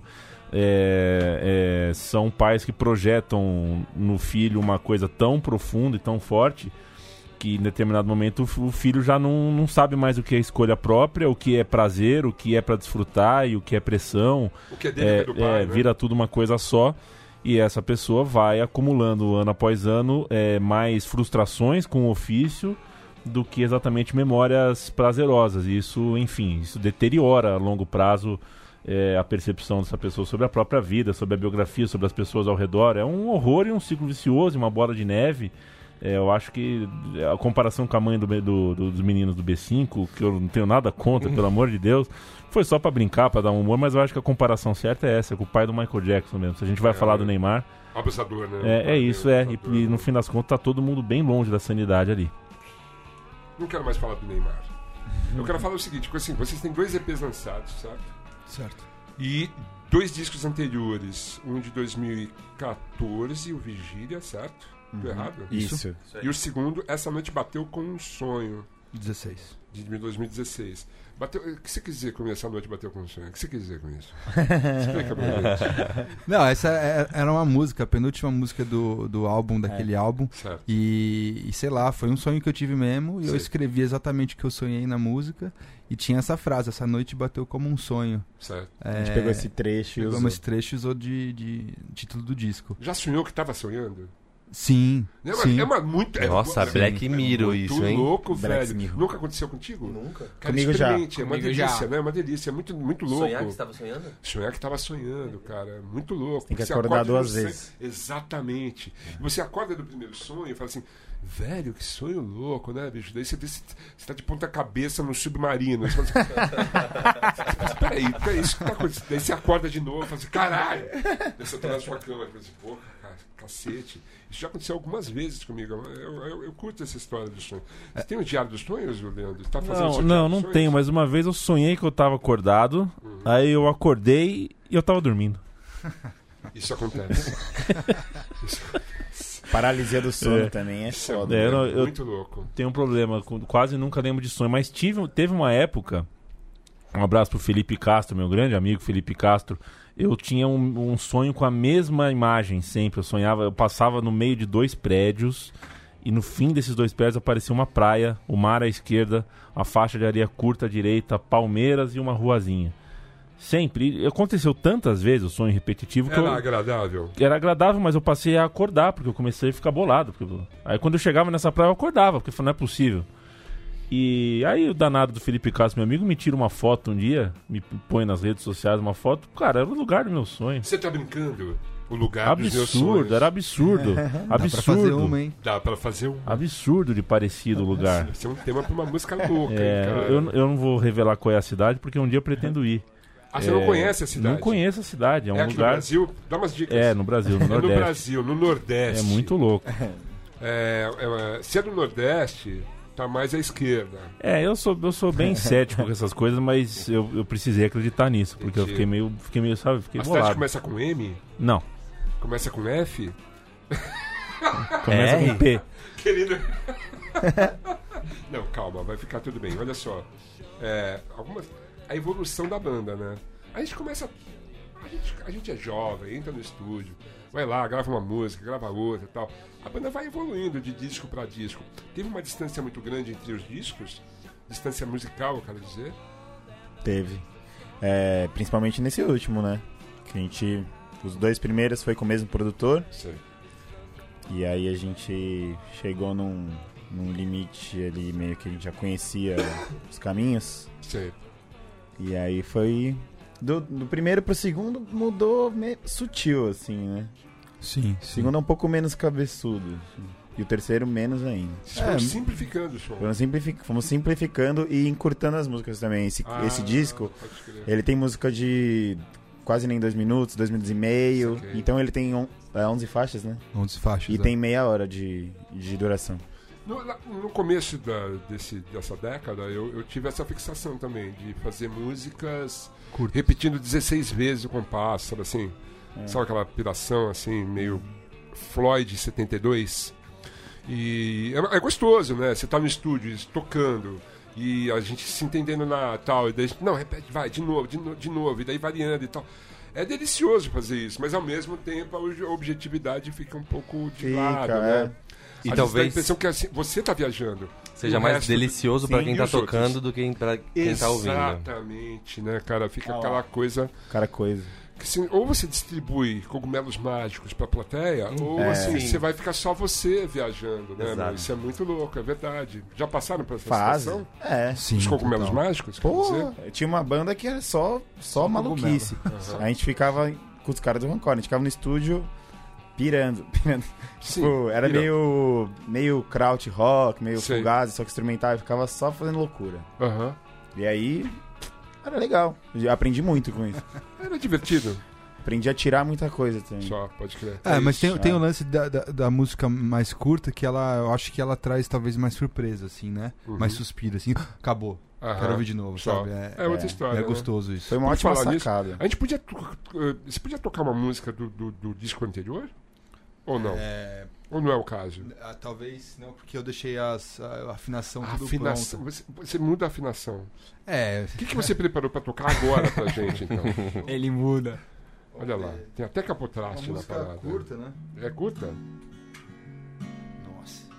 S1: É, é, são pais que projetam no filho uma coisa tão profunda e tão forte que em determinado momento o, o filho já não, não sabe mais o que é escolha própria, o que é prazer, o que é pra desfrutar e o que é pressão.
S2: O que é dele é,
S1: É,
S2: do pai,
S1: é,
S2: né?
S1: vira tudo uma coisa só. E essa pessoa vai acumulando ano após ano é, mais frustrações com o ofício do que exatamente memórias prazerosas. E isso, enfim, isso deteriora a longo prazo é, a percepção dessa pessoa sobre a própria vida, sobre a biografia, sobre as pessoas ao redor. É um horror e um ciclo vicioso, uma bola de neve. É, eu acho que a comparação com a mãe do, do- do- dos meninos do B cinco, que eu não tenho nada contra, pelo amor de Deus, foi só pra brincar, pra dar um humor, mas eu acho que a comparação certa é essa, com o pai do Michael Jackson mesmo. Se a gente vai
S2: É,
S1: falar do Neymar,
S2: Abusador, né?
S1: é, é isso, é. E,
S2: Abusador.
S1: e no fim das contas tá todo mundo bem longe da sanidade ali.
S2: Não quero mais falar do Neymar. Eu quero falar o seguinte, porque, assim, vocês têm dois E Pês lançados, certo?
S4: Certo.
S2: E dois discos anteriores. Um de dois mil e quatorze, o Vigília, certo? Tô errado?
S3: Isso.
S2: E o segundo, Essa Noite Bateu com um Sonho,
S4: dezesseis.
S2: de dois mil e dezesseis. Bateu, o que você quer dizer com Essa Noite Bateu com um Sonho? O que você quer dizer com isso? Explica pra gente.
S4: Não, essa é- era uma música, a penúltima música do, do álbum, daquele álbum.
S2: Certo.
S4: E, e sei lá, foi um sonho que eu tive mesmo. E eu
S2: Sei.
S4: escrevi exatamente o que eu sonhei na música. E tinha essa frase: essa noite bateu como um sonho.
S2: Certo.
S3: A gente pegou esse trecho e
S4: Pegamos
S3: usou.
S4: esse trecho e usou de, de título do disco.
S2: Já sonhou que tava sonhando?
S4: Sim,
S2: É uma,
S4: sim.
S2: é uma muito. é-
S5: Nossa,
S2: é,
S5: Black
S2: é
S5: Mirror
S2: muito
S5: isso, hein?
S2: louco,
S3: Black
S2: velho.
S3: Mirror.
S2: Nunca aconteceu contigo?
S5: Nunca.
S2: Cara,
S3: Comigo já.
S2: experimente, é uma
S6: Comigo
S2: delícia,
S6: já.
S2: né? É uma delícia, é muito, muito louco.
S5: Sonhar que você estava sonhando?
S2: Sonhar que estava sonhando, cara. é Muito louco.
S3: Tem que
S2: Você
S3: acordar
S2: acorda e
S3: duas
S2: você-
S3: vezes.
S2: Exatamente. E você acorda do primeiro sonho e fala assim, velho, que sonho louco, né, bicho? Daí você, vê se- você tá de ponta cabeça no submarino. Você fala assim, Mas peraí, peraí, isso que tá acontecendo. Daí você acorda de novo e fala assim, caralho! Daí você tá na sua cama e fala assim, porra, cara, cacete. Isso já aconteceu algumas vezes comigo. Eu, eu, eu curto essa história dos sonhos. Você tem o Diário dos Sonhos, Leandro? Você tá fazendo
S1: Não,
S2: seu
S1: não,
S2: Diário
S1: não
S2: dos Sonhos?
S1: tenho, mas uma vez eu sonhei que eu tava acordado, aí eu acordei e eu tava dormindo.
S2: Isso acontece. Isso,
S3: Paralisia do sono
S1: É.
S3: também é
S2: isso é
S3: foda.
S1: É, eu- eu-
S2: muito louco.
S1: Tenho um problema, com- quase nunca lembro de sonho, mas tive, teve uma época, um abraço pro Felipe Castro, meu grande amigo Felipe Castro, eu tinha um, um sonho com a mesma imagem sempre, eu sonhava, eu passava no meio de dois prédios e no fim desses dois prédios aparecia uma praia, o mar à esquerda, a faixa de areia curta à direita, palmeiras e uma ruazinha. Sempre, e aconteceu tantas vezes o sonho repetitivo que
S2: Era
S1: eu,
S2: agradável.
S1: era agradável, mas eu passei a acordar, porque eu comecei a ficar bolado. Porque eu- Aí quando eu chegava nessa praia eu acordava, porque eu falei, não é possível. E aí o danado do Felipe Castro, meu amigo, me tira uma foto um dia, me põe nas redes sociais uma foto. Cara, era o lugar do meu sonho.
S2: Você tá brincando? O lugar dos meus
S1: Absurdo,
S2: sonhos.
S1: era absurdo.
S4: Dá pra
S1: absurdo.
S4: fazer uma, hein?
S2: Dá pra fazer um...
S1: Absurdo de parecido o lugar.
S2: Isso é um tema pra uma música louca,
S1: É,
S2: hein, cara?
S1: eu, eu não vou revelar qual é a cidade, porque um dia eu pretendo ir.
S2: Ah, você
S1: É,
S2: não conhece a cidade?
S1: Não conheço a cidade, é um
S2: É aqui no
S1: lugar...
S2: Brasil? Dá umas dicas.
S1: É, no Brasil, no
S2: É no
S1: Nordeste.
S2: Brasil, no Nordeste.
S1: É muito louco.
S2: É, é, se é do Nordeste, tá mais à esquerda.
S1: É, eu sou, eu sou bem cético com essas coisas, mas eu, eu precisei acreditar nisso, porque eu
S2: Entendi.
S1: fiquei meio, fiquei meio, sabe, fiquei
S2: A cidade
S1: bolado.
S2: começa com M?
S1: Não,
S2: Começa com F?
S1: começa
S5: R?
S1: com P.
S2: Querido. Não, calma, vai ficar tudo bem. Olha só. É, algumas, a evolução da banda, né? A gente começa. A gente, a gente é jovem, entra no estúdio, vai lá, grava uma música, grava outra e tal. A banda vai evoluindo de disco pra disco. Teve uma distância muito grande entre os discos? Distância musical, eu quero dizer.
S3: Teve. É, principalmente nesse último, né? Que a gente. Os dois primeiros foi com o mesmo produtor.
S2: Sei.
S3: E aí a gente chegou num, num limite ali, meio que a gente já conhecia os caminhos.
S2: Sei.
S3: E aí foi. Do, do primeiro pro segundo mudou meio sutil, assim, né?
S4: Sim,
S3: O segundo é um pouco menos cabeçudo. assim. E o terceiro menos ainda.
S2: Vocês foram
S4: É,
S2: simplificando o som.
S3: Fomos, simplific... Fomos simplificando e encurtando as músicas também. Esse,
S2: Ah,
S3: esse disco,
S2: pode crer.
S3: ele tem música de quase nem dois minutos, dois minutos e meio.
S2: Saquei.
S3: Então ele tem on... é, onze faixas, né?
S4: onze faixas.
S3: E
S4: é.
S3: tem meia hora de, de duração.
S2: No, lá- no começo da, desse, dessa década, eu, eu tive essa fixação também, de fazer músicas
S4: Curto.
S2: repetindo dezesseis vezes o compasso, sabe assim?
S3: É.
S2: Sabe aquela piração, assim, meio Floyd setenta e dois? E é, é gostoso, né? Você tá no estúdio tocando e a gente se entendendo na tal, e daí a gente, não, repete, vai, de novo, de, no, de novo, e daí variando e tal. É delicioso fazer isso, mas ao mesmo tempo a obje- objetividade fica um pouco de
S3: Fica,
S2: lado,
S3: é.
S2: né?
S5: E
S2: Às vezes dá a
S5: talvez
S2: impressão que assim, você tá viajando.
S5: seja
S2: o
S5: mais
S2: resto-
S5: delicioso pra
S3: Sim,
S5: quem
S2: e
S5: tá
S2: os outros?
S5: tocando do que pra quem tá ouvindo.
S2: Exatamente, né, cara? Fica
S3: Ah lá.
S2: aquela coisa
S3: Cara, coisa.
S2: que assim, ou você distribui cogumelos mágicos pra plateia, ou
S3: É.
S2: assim,
S5: Sim.
S2: você vai ficar só você viajando, né?
S5: Exato.
S2: meu? Isso é muito louco, é verdade. Já passaram por essa
S3: Fase.
S2: situação?
S3: É.
S4: Sim,
S2: Os cogumelos
S4: total.
S2: mágicos, quer
S3: Pô,
S2: dizer?
S3: tinha uma banda que era só, só,
S4: Só
S3: maluquice. A gente ficava com os caras do Rancor, a gente ficava no estúdio pirando. pirando.
S2: Sim,
S3: Tipo, era
S2: pirando.
S3: meio, meio kraut rock, meio
S2: Sei.
S3: fugazi, só que instrumental, e ficava só fazendo loucura.
S2: Aham.
S3: E aí, era legal. Eu aprendi muito com isso.
S2: Era divertido,
S3: Aprendi a tirar muita coisa também.
S2: só, pode crer.
S4: É, mas
S3: isso,
S4: tem, tem
S3: é.
S4: o lance da, da, da música mais curta que ela, eu acho que ela traz talvez mais surpresa, assim, né?
S2: Uhum.
S4: Mais suspiro, assim. Acabou.
S2: Aham.
S4: Quero ouvir de novo,
S2: Só.
S4: sabe?
S2: É outra
S3: é,
S2: história.
S4: É
S2: né?
S4: gostoso isso.
S3: Foi uma
S2: Por
S3: ótima
S2: falar nisso,
S3: sacada.
S2: A gente podia. to- eh, Você podia tocar uma música do, do, do disco anterior? Ou não?
S4: É,
S2: Ou não é o caso?
S4: ah, talvez não, porque eu deixei as, a afinação
S2: A
S4: tudo
S2: afinação.
S4: pronta.
S2: Você, você muda a afinação.
S4: É,
S2: O que, que você preparou pra tocar agora pra gente, então?
S6: Ele muda.
S2: Olha lá. Tem até
S4: uma
S2: capotraste na
S4: música
S2: parada.
S4: curta, né?
S2: É curta?
S4: Nossa.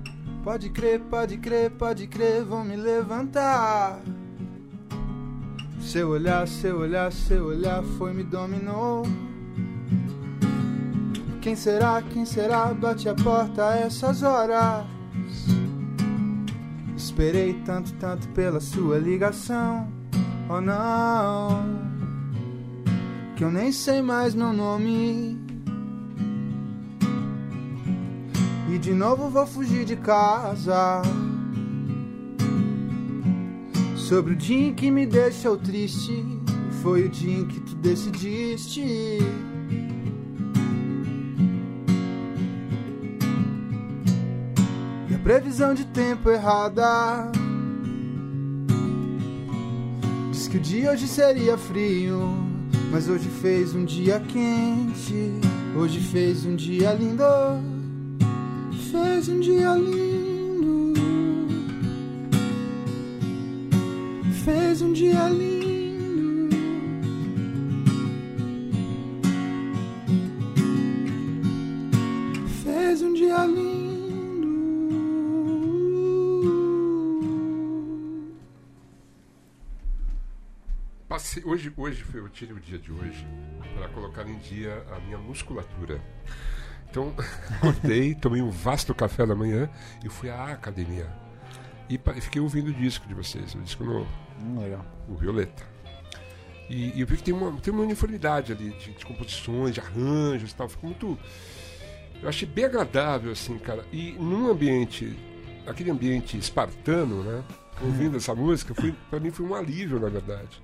S4: Pode crer, pode crer, pode crer, vou me levantar. Seu olhar, seu olhar, seu olhar foi me dominou. Quem será, quem será, bate a porta a essas horas. Esperei tanto, tanto pela sua ligação. Oh não, que eu nem sei mais meu nome. E de novo vou fugir de casa. Sobre o dia em que me deixou triste, foi o dia em que tu decidiste. E a previsão de tempo errada diz que o dia hoje seria frio, mas hoje fez um dia quente. Hoje fez um dia lindo. Fez um dia lindo. Fez um dia lindo. Fez um dia lindo.
S2: Passei, hoje, hoje foi, eu tirei o dia de hoje para colocar em dia a minha musculatura. Então, acordei, tomei um vasto café da manhã e fui à academia. E pa- fiquei ouvindo o disco de vocês, o disco novo,
S3: Hum, legal.
S2: o Violeta. E, e eu vi que tem uma, tem uma uniformidade ali de, de composições, de arranjos e tal. Ficou muito... Eu achei bem agradável, assim, cara. E num ambiente, aquele ambiente espartano, né? Ouvindo essa música, foi, pra mim foi um alívio, na verdade.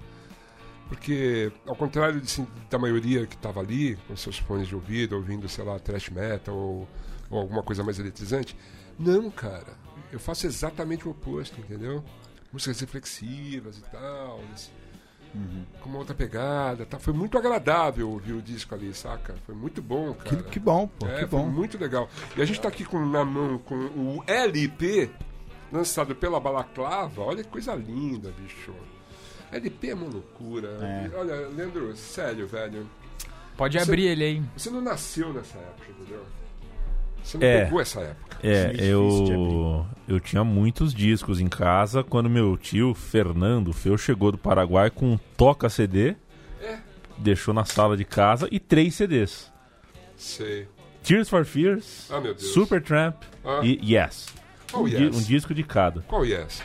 S2: Porque, ao contrário de, assim, da maioria que estava ali, com seus fones de ouvido, ouvindo, sei lá, thrash metal ou, ou alguma coisa mais eletrizante, não, cara. Eu faço exatamente o oposto, entendeu? Músicas reflexivas e tal, assim,
S3: Uhum.
S2: com uma outra pegada, tá? Foi muito agradável ouvir o disco ali, saca? Foi muito bom, cara.
S4: Que, que bom, pô,
S2: É,
S4: que
S2: foi
S4: bom.
S2: muito legal. E a gente tá aqui com, na mão com o L P lançado pela Balaclava. Olha que coisa linda, bicho. L P é uma loucura.
S3: É.
S2: Olha, Leandro, sério, velho.
S6: Pode
S2: Você-
S6: abrir ele aí.
S2: Você não nasceu nessa época, entendeu? Você não
S1: É.
S2: pegou essa época.
S1: É,
S3: Difícil de
S1: eu, eu tinha muitos discos em casa quando meu tio, Fernando Feu, chegou do Paraguai com um toca-C D,
S2: É.
S1: deixou na sala de casa e três C Ds.
S2: Sei.
S1: Tears for Fears,
S2: Ah, meu Deus.
S1: Supertramp
S2: Ah.
S1: e Yes.
S2: Qual
S1: um, di-
S2: Yes?
S1: um disco de cada.
S2: Qual Yes?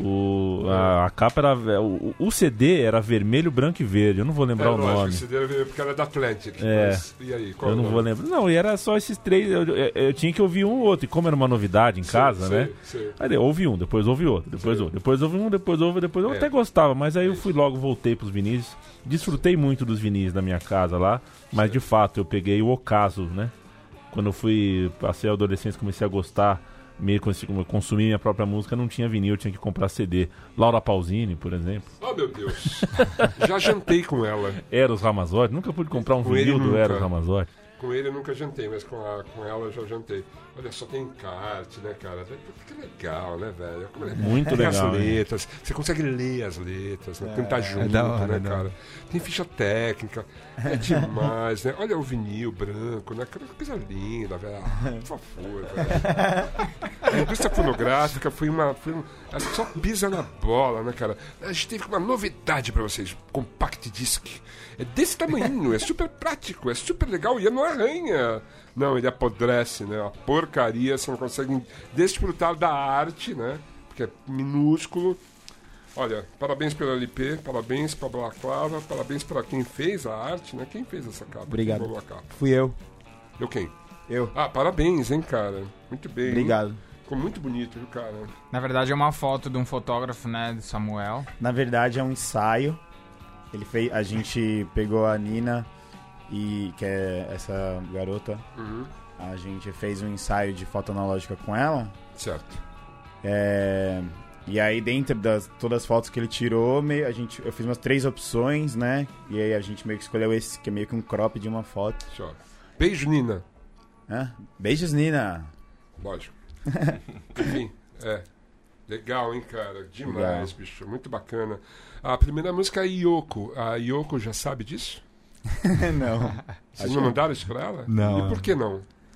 S1: O, a, a capa era. O, o C D era vermelho, branco e verde. Eu não vou lembrar
S2: é,
S1: o
S2: lógico,
S1: nome.
S2: Você deve ver porque era da Atlantic.
S1: É.
S2: Mas, e aí, qual
S1: Eu
S2: o
S1: não
S2: nome?
S1: vou lembrar. Não, e era só esses três. Eu, eu- eu tinha que ouvir um ou outro. E como era uma novidade em
S2: Sei,
S1: casa,
S2: sei,
S1: né?
S2: sei.
S1: Aí eu ouvi um, depois ouvi outro, depois
S2: Sei.
S1: outro, depois ouvi um, depois ouvi, depois eu
S2: É.
S1: até gostava, mas aí eu fui logo, voltei pros vinis. Desfrutei muito dos vinis da minha casa lá, mas de fato eu peguei o ocaso, né? Quando eu fui, passei a adolescência, comecei a gostar, meio que consumir minha própria música, não tinha vinil, eu tinha que comprar C D. Laura Pausini, por exemplo.
S2: Oh, meu Deus. Já jantei com ela.
S1: Eros Ramazzotti, nunca pude comprar um
S2: Com ele
S1: vinil do
S2: nunca.
S1: Eros Ramazzotti.
S2: Com ele eu nunca jantei, mas com, a, com ela eu já jantei. Olha, só tem encarte, né, cara? Que legal, né, velho? Como é-
S1: Muito
S2: tem
S1: legal,
S2: as
S1: né?
S2: letras, você consegue ler as letras, né? Cantar junto,
S4: da hora,
S2: né,
S4: da
S2: cara?
S4: hora.
S2: Tem ficha técnica, é demais, né? Olha o vinil branco, né? Que coisa linda, velho. Ah, por favor, velho. A indústria fonográfica foi uma... Foi um, ela só pisa na bola, né, cara? A gente teve uma novidade pra vocês, Compact Disc. É desse tamanhinho, é super prático, é super legal e não arranha. Não, ele apodrece, né? A porcaria, você não consegue desfrutar da arte, né? Porque é minúsculo. Olha, parabéns pelo L P, parabéns pra Balaclava, parabéns pra quem fez a arte, né? Quem fez essa capa?
S3: Obrigado.
S2: Quem bolou a capa?
S3: Fui eu.
S2: Eu quem?
S3: Eu.
S2: Ah, parabéns, hein, cara? Muito bem. hein?
S3: Obrigado.
S2: Ficou muito bonito, viu, cara?
S6: Na verdade é uma foto de um fotógrafo, né, do Samuel.
S3: Na verdade é um ensaio. Ele fez, a gente pegou a Nina e que é essa garota.
S2: Uhum.
S3: A gente fez um ensaio de foto analógica com ela.
S2: Certo.
S3: É, e aí dentro das todas as fotos que ele tirou, meio, a gente, eu fiz umas três opções, né? E aí a gente meio que escolheu esse, que é meio que um crop de uma foto.
S2: Tchau. Beijo, Nina.
S3: Hã? Beijos, Nina!
S2: Lógico. Enfim, é. Legal, hein, cara? Demais,
S3: Legal.
S2: bicho. Muito bacana. A primeira música é Yoko. A Yoko já sabe disso?
S3: Não.
S2: Vocês não mandaram isso pra ela?
S4: Não.
S2: E por que não?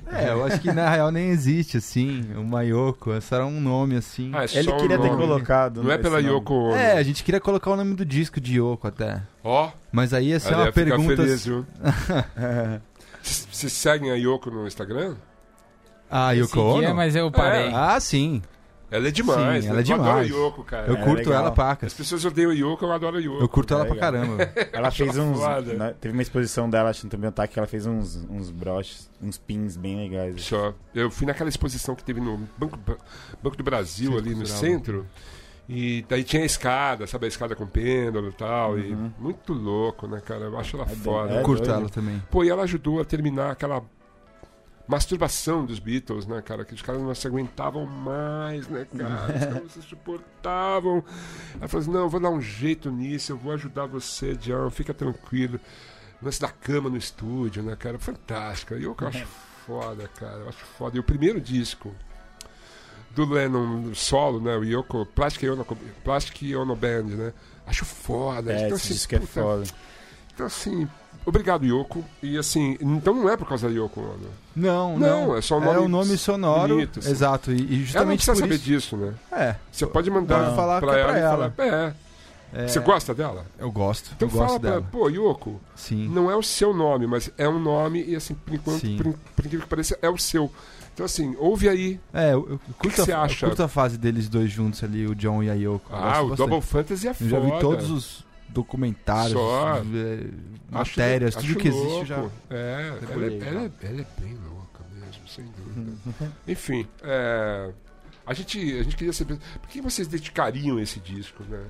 S7: É, eu acho que na real nem existe, assim, uma Yoko. É só um nome, assim.
S2: Ah, é
S3: Ele
S2: só um
S3: queria ter
S2: nome.
S3: colocado.
S2: Não é
S3: esse
S2: pela
S3: nome.
S2: Yoko Ono.
S7: É, a gente queria colocar o nome do disco de Yoko até.
S2: Ó,
S7: Mas aí ia ser
S2: ela
S7: uma
S2: ia ficar
S7: pergunta...
S2: feliz, viu? C- Vocês seguem a Yoko no Instagram?
S7: Ah, Yoko
S6: Seguia,
S7: Ono?
S6: mas eu parei.
S7: Ah, sim.
S2: Ela é demais.
S7: Sim,
S2: né?
S7: ela é
S2: Eu adoro a
S7: demais.
S2: Yoko, cara.
S7: Eu
S3: É
S7: curto
S3: legal.
S7: ela,
S2: As
S7: pacas.
S2: pessoas odeiam a Yoko, eu adoro a Yoko.
S7: Eu curto ela
S3: É
S7: pra
S3: legal.
S7: caramba.
S3: Ela fez uns.
S2: foda.
S3: né, teve uma exposição dela, acho que no Também que ela fez uns, uns broches, uns pins bem legais.
S2: Só. Eu fui naquela exposição que teve no Banco, Banco do Brasil,
S7: Centro
S2: ali no
S7: Cultural.
S2: centro. E daí tinha a escada, sabe? A escada com pêndulo e tal. E muito louco, né, cara? Eu acho ela
S3: bem-
S2: foda.
S3: é
S7: Eu curto
S3: doido.
S7: ela também.
S2: Pô, e ela ajudou a terminar aquela masturbação dos Beatles, né, cara? Que os caras não se aguentavam mais, né, cara? Os caras não se suportavam. Ela falou assim, não, eu vou dar um jeito nisso, eu vou ajudar você, John, fica tranquilo. O lance da cama no estúdio, né, cara? Fantástica. E eu que eu acho foda, cara. Eu acho foda. E o primeiro disco do Lennon solo, né? O Yoko, Plastic Ono, Plastic Ono Band, né? Acho foda.
S3: É,
S2: Então,
S3: esse
S2: assim,
S3: disco é
S2: puta,
S3: foda.
S2: Então, assim, obrigado, Yoko. E assim, então não é por causa da Yoko Ono.
S7: Não,
S2: Não,
S7: não.
S2: é só um
S7: Era
S2: nome
S7: um nome sonoro.
S2: bonito, assim.
S7: Exato. E, e
S2: Ela não
S7: justamente
S2: precisa
S7: por
S2: saber
S7: isso...
S2: disso, né?
S7: É.
S2: Você pode mandar
S7: Pode falar
S2: pra
S7: que é
S2: ela,
S7: pra
S2: e
S7: ela.
S2: falar, é.
S7: é,
S2: Você gosta dela?
S7: Eu gosto.
S2: Então
S7: eu gosto
S2: fala pra
S7: dela.
S2: pô, Yoko,
S7: Sim.
S2: não é o seu nome, mas é um nome e assim, por enquanto,
S7: Sim.
S2: por, in- por incrível que pareça, é o seu. Então assim, ouve aí.
S7: É, eu, eu curto,
S2: que você
S7: a,
S2: acha?
S7: eu curto a fase deles dois juntos ali, o John e a Yoko. Eu
S2: Ah,
S7: gosto
S2: o
S7: bastante.
S2: Double Fantasy é
S7: Eu
S2: foda.
S7: já vi todos os documentários,
S2: Só.
S7: é,
S2: Acho-
S7: matérias,
S2: acho
S7: tudo que existe eu
S2: louco.
S7: já...
S2: É, ela,
S7: Decorei,
S2: é- ela, é, ela é bem louca mesmo, sem dúvida. Enfim, é, a, gente, a gente queria saber, por que vocês dedicariam esse disco, né?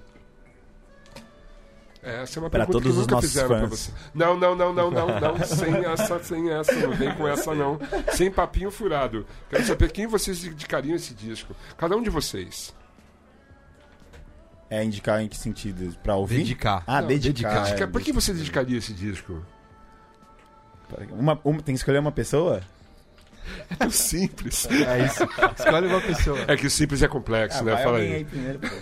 S2: É, essa é uma
S3: Pra
S2: pergunta
S3: todos
S2: que
S3: os
S2: nunca
S3: nossos
S2: fizeram pra
S3: fãs.
S2: você. Não, não, não, não, não, não, sem essa, sem essa, não vem com essa não. Sem papinho furado. Quero saber quem vocês dedicariam esse disco. Cada um de vocês.
S3: É indicar em que sentido? Pra ouvir?
S7: Dedicar.
S3: Ah,
S2: Não,
S3: dedicar.
S2: Dedica-
S3: é,
S2: por que você dedicaria esse disco?
S3: Uma, uma- tem que escolher uma pessoa?
S2: É tão simples.
S7: É isso. Escolhe uma pessoa.
S2: É que o simples é complexo, né?
S3: vai
S2: Fala
S3: alguém
S2: aí.
S3: primeiro, pô.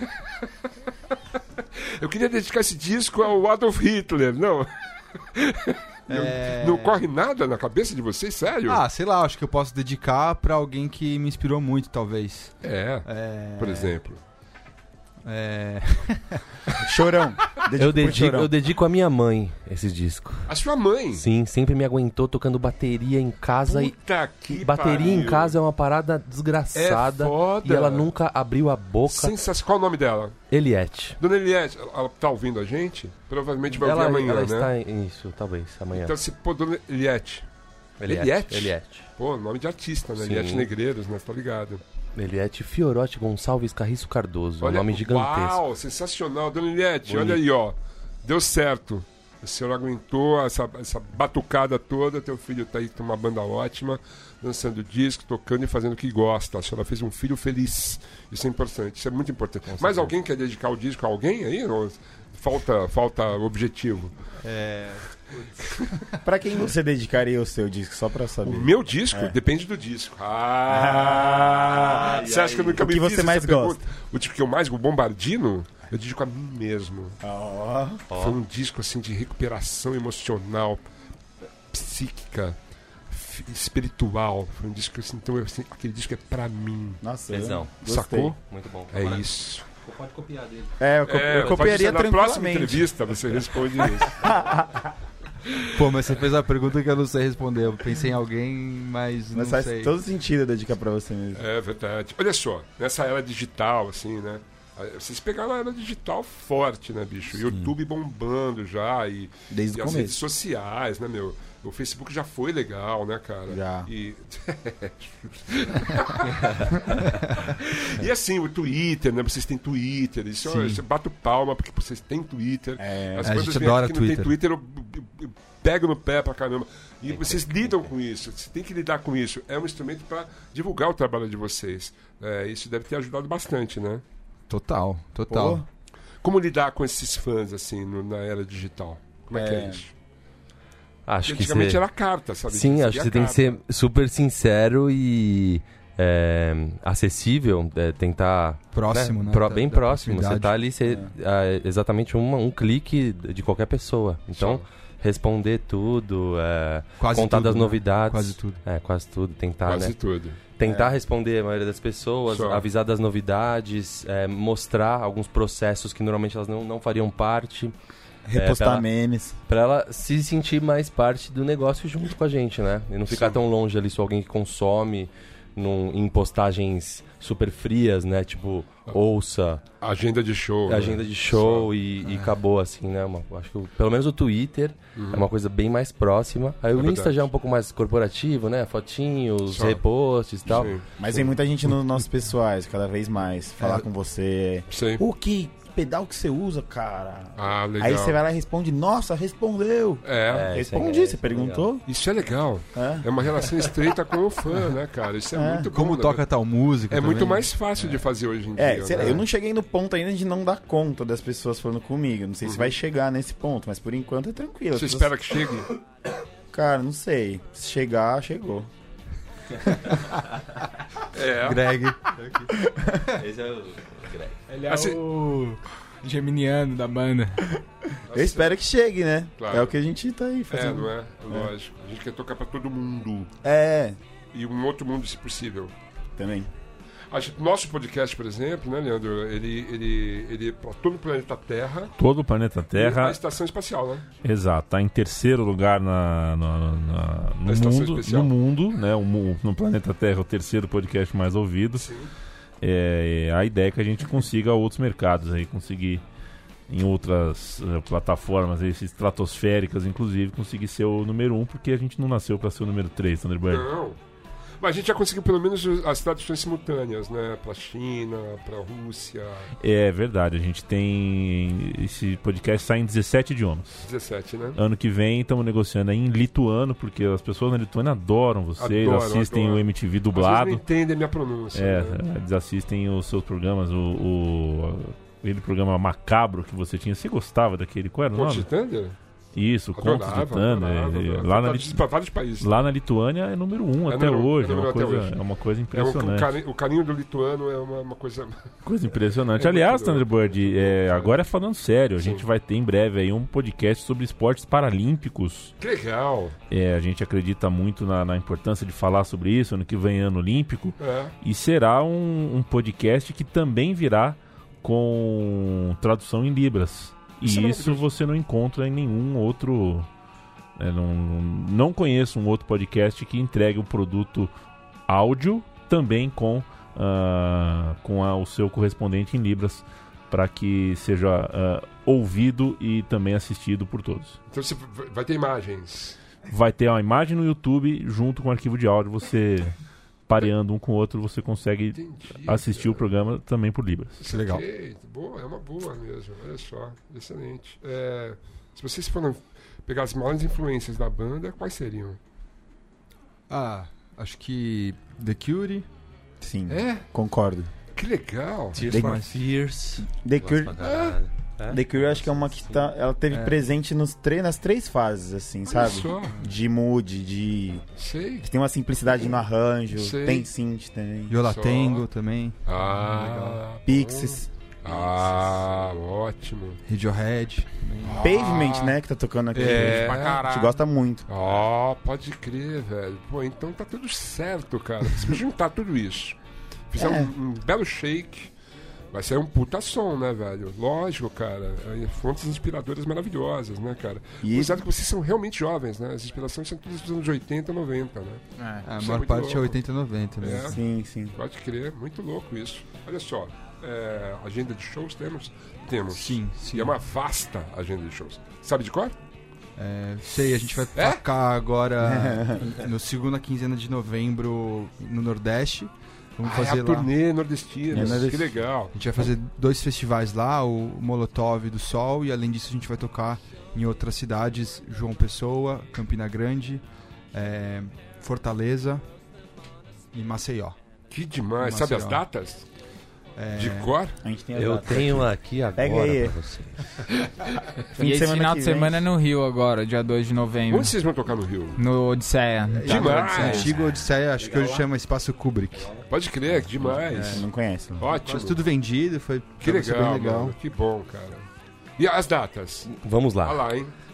S2: Eu queria dedicar esse disco ao Adolf Hitler. Não.
S7: É...
S2: Não corre nada na cabeça de vocês? Sério?
S7: Ah, sei lá, acho que eu posso dedicar pra alguém que me inspirou muito, talvez.
S2: É,
S7: É...
S2: por exemplo.
S7: É...
S3: Chorão. Dedico
S5: Eu
S3: pro
S5: dedico,
S3: Chorão.
S5: eu dedico à minha mãe esse disco.
S2: A sua mãe.
S5: Sim, sempre me aguentou tocando bateria em casa. E
S2: Puta que
S5: bateria em
S2: pariu.
S5: casa é uma parada desgraçada.
S2: É foda.
S5: E ela nunca abriu a boca.
S2: Sensacional. Qual o nome dela?
S5: Eliette.
S2: Dona Eliette, ela ela tá ouvindo a gente? Provavelmente vai
S5: Ela,
S2: ouvir amanhã,
S5: ela
S2: né?
S5: está em isso, talvez, amanhã.
S2: Então, se pô, Dona Eliette.
S5: Eliette.
S2: Eliette?
S5: Eliette.
S2: Pô, nome de artista, né?
S5: Sim.
S2: Eliette Negreiros, né? Tá ligado?
S5: Eliette Fiorotti Gonçalves Carriço Cardoso.
S2: Olha,
S5: um nome gigantesco.
S2: Uau, sensacional. Dona Eliette,
S5: Bonito.
S2: olha aí, ó. Deu certo. O senhor aguentou essa, essa batucada toda. Teu filho tá aí com uma banda ótima, lançando disco, tocando e fazendo o que gosta. A senhora fez um filho feliz. Isso é importante. Isso é muito importante. Mais
S5: certeza.
S2: alguém quer dedicar o disco a alguém aí? Ou falta, falta objetivo.
S7: é...
S3: Pra quem você dedicaria o seu disco? Só pra
S2: O
S3: saber.
S2: meu disco
S3: É.
S2: depende do disco. Ah!
S3: Ah,
S2: você acha que eu nunca
S3: o
S2: me
S3: que
S2: fiz
S3: você
S2: essa
S3: mais
S2: pergunta?
S3: gosta?
S2: O disco que eu mais, o Bombardino, eu dedico a mim mesmo.
S3: Ó.
S2: Foi um disco assim de recuperação emocional, psíquica, f- espiritual. Foi um disco assim, então eu, assim, aquele disco é pra mim.
S3: Nossa,
S5: Tesão.
S3: gostei.
S2: Sacou?
S5: Muito bom.
S2: É isso.
S5: Você pode copiar dele.
S3: É, eu, co-
S2: É,
S3: eu copiaria
S2: pode ser na próxima
S3: tranquilamente.
S2: entrevista você responde isso.
S7: Pô, mas você fez uma pergunta que eu não sei responder. Eu pensei em alguém, mas,
S3: Mas
S7: não
S3: faz
S7: sei.
S3: todo sentido dedicar pra você mesmo.
S2: É verdade. Olha só, nessa era digital, assim, né? Vocês pegaram a era digital forte, né, bicho? YouTube bombando já e,
S3: Desde
S2: e
S3: o
S2: as redes
S3: começo.
S2: sociais, né, meu? O Facebook já foi legal, né, cara?
S3: Já.
S2: E, e assim, o Twitter, né? Vocês têm Twitter. Isso eu,
S7: Sim.
S2: eu bato palma porque vocês têm Twitter.
S3: É,
S2: As
S7: a
S2: bandas
S7: gente
S2: vêm
S7: adora
S2: aqui que não tem
S7: Twitter.
S2: Twitter, eu, eu- eu pego no pé pra caramba. E vocês lidam com isso, você tem que lidar com isso. É um instrumento para divulgar o trabalho de vocês. É, isso deve ter ajudado bastante, né?
S7: Total, total.
S3: Pô.
S2: Como lidar com esses fãs, assim, no- na era digital? Como é, que é
S3: É.
S2: isso?
S5: Acho
S2: Porque
S5: que
S2: antigamente
S5: você...
S2: era carta, sabe?
S5: Sim,
S2: Você
S5: acho que
S2: recebia
S5: você tem que
S2: carta.
S5: ser super sincero e é, acessível, é, tentar...
S7: Próximo, né?
S5: Pro-
S7: Da-
S5: bem
S7: da
S5: próximo. Você
S7: proximidade.
S5: tá ali, você, é, exatamente um, um clique de qualquer pessoa. Então, responder tudo, é,
S7: Quase
S5: contar
S7: tudo,
S5: das
S7: né?
S5: novidades.
S7: Quase tudo.
S5: É, quase tudo. Tentar,
S2: Quase
S5: né?
S2: tudo.
S5: Tentar responder a maioria das pessoas,
S2: Só.
S5: avisar das novidades, é, mostrar alguns processos que normalmente elas não, não fariam parte.
S3: Repostar
S5: É, pra-
S3: memes.
S5: Pra ela se sentir mais parte do negócio junto com a gente, né? E não ficar
S2: Sim.
S5: tão longe ali, só alguém que consome num, em postagens super frias, né? Tipo, ouça,
S2: Agenda de show.
S5: agenda
S2: né?
S5: de show
S2: Só.
S5: e, e acabou, assim, né? Uma- acho que o- pelo menos o Twitter é uma coisa bem mais próxima. Aí o
S2: É
S5: Insta
S2: verdade.
S5: já é um pouco mais corporativo, né? Fotinhos,
S2: Só.
S5: reposts e tal.
S2: Sim.
S3: Mas tem muita gente nos nossos pessoais, cada vez mais. Falar com você.
S2: Sim.
S3: O que pedal que você usa, cara?
S2: Ah, legal.
S3: Aí você vai lá e responde, nossa, respondeu.
S2: É,
S5: É, isso é-
S3: Respondi,
S5: isso
S3: você
S5: é
S3: perguntou?
S2: isso é legal.
S3: É.
S2: É uma relação estreita com o fã, né, cara? Isso é,
S3: É.
S2: muito bom.
S7: Como
S2: né?
S7: toca tal música
S2: É muito
S7: também.
S2: mais fácil de fazer hoje em
S3: É,
S2: dia.
S3: sei lá,
S2: né?
S3: eu não cheguei no ponto ainda de não dar conta das pessoas falando comigo. Não sei se vai chegar nesse ponto, mas por enquanto é tranquilo.
S2: Você
S3: As
S2: espera
S3: pessoas-
S2: que chegue?
S3: Cara, não sei. Se chegar, chegou.
S2: É.
S7: Greg.
S5: Esse é o Greg.
S6: Ele é
S2: Assim-
S6: o geminiano da banda.
S3: Eu espero que chegue, né?
S2: Claro.
S3: É o que a gente tá aí
S2: É,
S3: fazendo.
S2: não é? É lógico. A gente quer tocar pra todo mundo.
S3: É,
S2: E um outro mundo, se possível.
S3: também.
S2: A gente- Nosso podcast, por exemplo, né, Leandro? Ele, ele, ele é pra todo o planeta Terra.
S1: Todo o planeta
S2: E a
S1: Terra,
S2: estação espacial, né?
S1: exato, tá em terceiro lugar na, na- na- no,
S2: Na estação
S1: mundo,
S2: especial.
S1: no mundo, né? O, mu- no planeta Terra, o terceiro podcast mais ouvido.
S2: Sim.
S1: É, a ideia é que a gente consiga outros mercados aí, conseguir em outras eh, plataformas aí, estratosféricas, inclusive, conseguir ser o número um, porque a gente não nasceu para ser o número três, Thunderbird.
S2: Não. Mas a gente já conseguiu pelo menos as traduções simultâneas, né? Pra China, pra Rússia.
S1: É verdade, a gente tem. Esse podcast sai em dezessete idiomas.
S2: dezessete, né?
S1: Ano que vem estamos negociando aí em lituano, porque as pessoas na Lituânia adoram vocês,
S2: Adoram,
S1: assistem
S2: adoram.
S1: o M T V
S2: Às vezes
S1: dublado.
S2: não entendem a minha pronúncia.
S1: É,
S2: né?
S1: eles assistem os seus programas, o, o- aquele programa macabro que você tinha. Você gostava daquele? Qual era o
S2: Contos de
S1: nome?
S2: Thunder?
S1: Isso, Contos de
S2: Adorava,
S1: Thunder.
S2: adorava,
S1: e-
S2: adorava.
S1: Lá na,
S2: Traduzido pra vários países.
S1: lá na Lituânia é número um
S2: É
S1: até
S2: número um,
S1: hoje.
S2: é
S1: É uma,
S2: número até
S1: coisa,
S2: hoje.
S1: é uma coisa
S2: É um-
S1: impressionante.
S2: o, carinho, o carinho do lituano é uma, uma coisa...
S1: Coisa impressionante.
S2: É
S1: Aliás,
S2: muito doido.
S1: Thunderbird, é, agora falando sério, a
S2: Sim.
S1: gente vai ter em breve aí um podcast sobre esportes paralímpicos.
S2: Que legal.
S1: É, a gente acredita muito na, na importância de falar sobre isso, ano que vem é ano olímpico.
S2: É.
S1: E será um, um podcast que também virá com tradução em libras. E
S2: Isso é
S1: isso
S2: maravilhoso.
S1: você não encontra em nenhum outro... é, não, não conheço um outro podcast que entregue um produto áudio também com, ah, com a- o seu correspondente em libras para que seja ah, ouvido e também assistido por todos.
S2: Então você vai ter imagens.
S1: Vai ter uma imagem no YouTube junto com o arquivo de áudio, você pareando um com o outro, você consegue
S2: Entendi.
S1: assistir o programa também por libras.
S2: Isso
S7: Legal.
S2: ok. Boa, é uma boa mesmo. Olha só. Excelente. É, se vocês forem pegar as maiores influências da banda, quais seriam?
S7: Ah, acho que The Cure.
S3: Sim,
S2: É?
S3: concordo.
S2: Que legal.
S5: Tears
S3: The-
S5: for Fears.
S3: The
S5: Gosto
S3: Cure,
S5: pra caralho. É?
S3: The Cure acho que é uma que tá, ela teve
S7: É.
S3: presente nos tre- nas três fases, assim,
S2: Olha
S3: sabe?
S2: só.
S3: De mood, de...
S2: Sei.
S3: Tem uma simplicidade no arranjo,
S2: Sei.
S3: tem synth também.
S7: Yola
S2: Só.
S7: Tango também.
S2: Ah.
S3: Pixies.
S2: bom. Ah, ótimo.
S7: Radiohead.
S3: Pavement, né, que tá tocando aqui.
S2: É.
S6: Pra
S3: A gente
S6: caralho.
S3: gosta muito.
S2: Ó, pode crer, velho. Pô, então tá tudo certo, cara. Se juntar tudo isso, fizer
S3: É.
S2: um, um belo shake, vai ser um puta som, né, velho? Lógico, cara. É, fontes inspiradoras maravilhosas, né, cara?
S3: E
S2: Apesar que vocês são realmente jovens, né? As inspirações são todas dos anos oitenta, noventa, né?
S6: É.
S7: A
S2: Isso é
S7: maior
S2: muito
S7: parte
S2: louco.
S7: é oitenta e noventa, né?
S2: É.
S3: sim, sim.
S2: Pode crer, muito louco isso. Olha só, é, agenda de shows temos? Temos.
S7: Sim, sim.
S2: E é uma vasta agenda de shows. Sabe de cor?
S7: É, sei, a gente vai
S2: É?
S7: tocar agora no segunda quinzena de novembro no Nordeste. Vamos
S2: Ah,
S7: fazer
S2: é a
S7: lá.
S2: turnê nordestina.
S3: É, nordestina.
S2: Que legal.
S7: A gente vai fazer dois festivais lá, o Molotov do Sol, e além disso a gente vai tocar em outras cidades, João Pessoa, Campina Grande, é, Fortaleza e Maceió.
S2: Que demais.
S7: Maceió.
S2: Sabe as datas?
S7: É,
S2: De cor?
S3: A gente tem as
S5: Eu
S3: datas.
S5: tenho aqui agora
S3: Pega aí.
S5: pra você.
S3: Fim
S6: E
S3: de
S6: esse
S3: semana
S6: final
S3: que
S6: de
S3: vem.
S6: semana é no Rio agora, dia dois de novembro.
S2: Onde vocês vão tocar no Rio?
S6: No Odisseia. no Teatro
S2: Demais.
S6: Odisseia.
S7: Antigo Odisseia, acho que hoje chama Espaço Kubrick.
S2: Pode crer, que demais.
S3: Não conhece.
S2: Ótimo.
S7: Quase tudo vendido, foi
S2: Que
S7: vai ser
S2: legal,
S7: bem legal.
S2: mano. Que bom, cara. E as datas?
S5: Vamos
S2: Olha
S5: lá.
S2: lá, hein?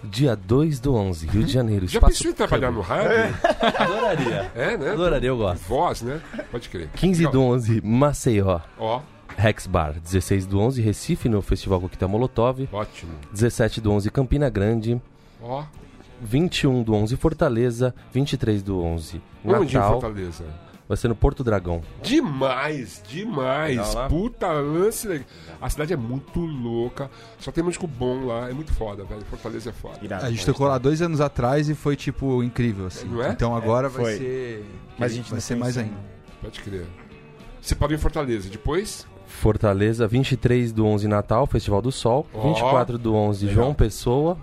S5: Dia dois do onze, Rio de Janeiro.
S2: Já
S5: Espaço
S2: pensou em trabalhar no rádio?
S5: Adoraria.
S2: É, né?
S5: Adoraria, eu gosto.
S2: Voz, né? Pode crer.
S5: quinze do onze, Maceió.
S2: Ó,
S5: Rex Bar. dezesseis do onze, Recife, no Festival Coquetel Molotov.
S2: ótimo.
S5: dezessete do onze, Campina Grande.
S2: Ó,
S5: vinte e um do onze, Fortaleza. vinte e três do onze,
S2: onde em
S5: Natal.
S2: Fortaleza?
S5: Vai ser no Porto Dragão.
S2: Demais, demais.
S5: Legal lá?
S2: Puta lance legal. A cidade é muito louca. Só tem músico bom lá. É muito foda, velho. Fortaleza é foda.
S3: Irado.
S7: A gente tocou lá dois anos atrás e foi, tipo, incrível, assim.
S2: Não é?
S7: Então agora vai
S3: foi.
S7: ser...
S3: Mas a gente
S7: vai
S3: não
S7: ser mais
S3: conhece
S7: ainda.
S2: Pode crer. Você parou em Fortaleza. Depois?
S5: Fortaleza, vinte e três do onze, Natal, Festival do Sol.
S2: Ó.
S5: vinte e quatro do onze,
S2: Legal.
S5: João Pessoa.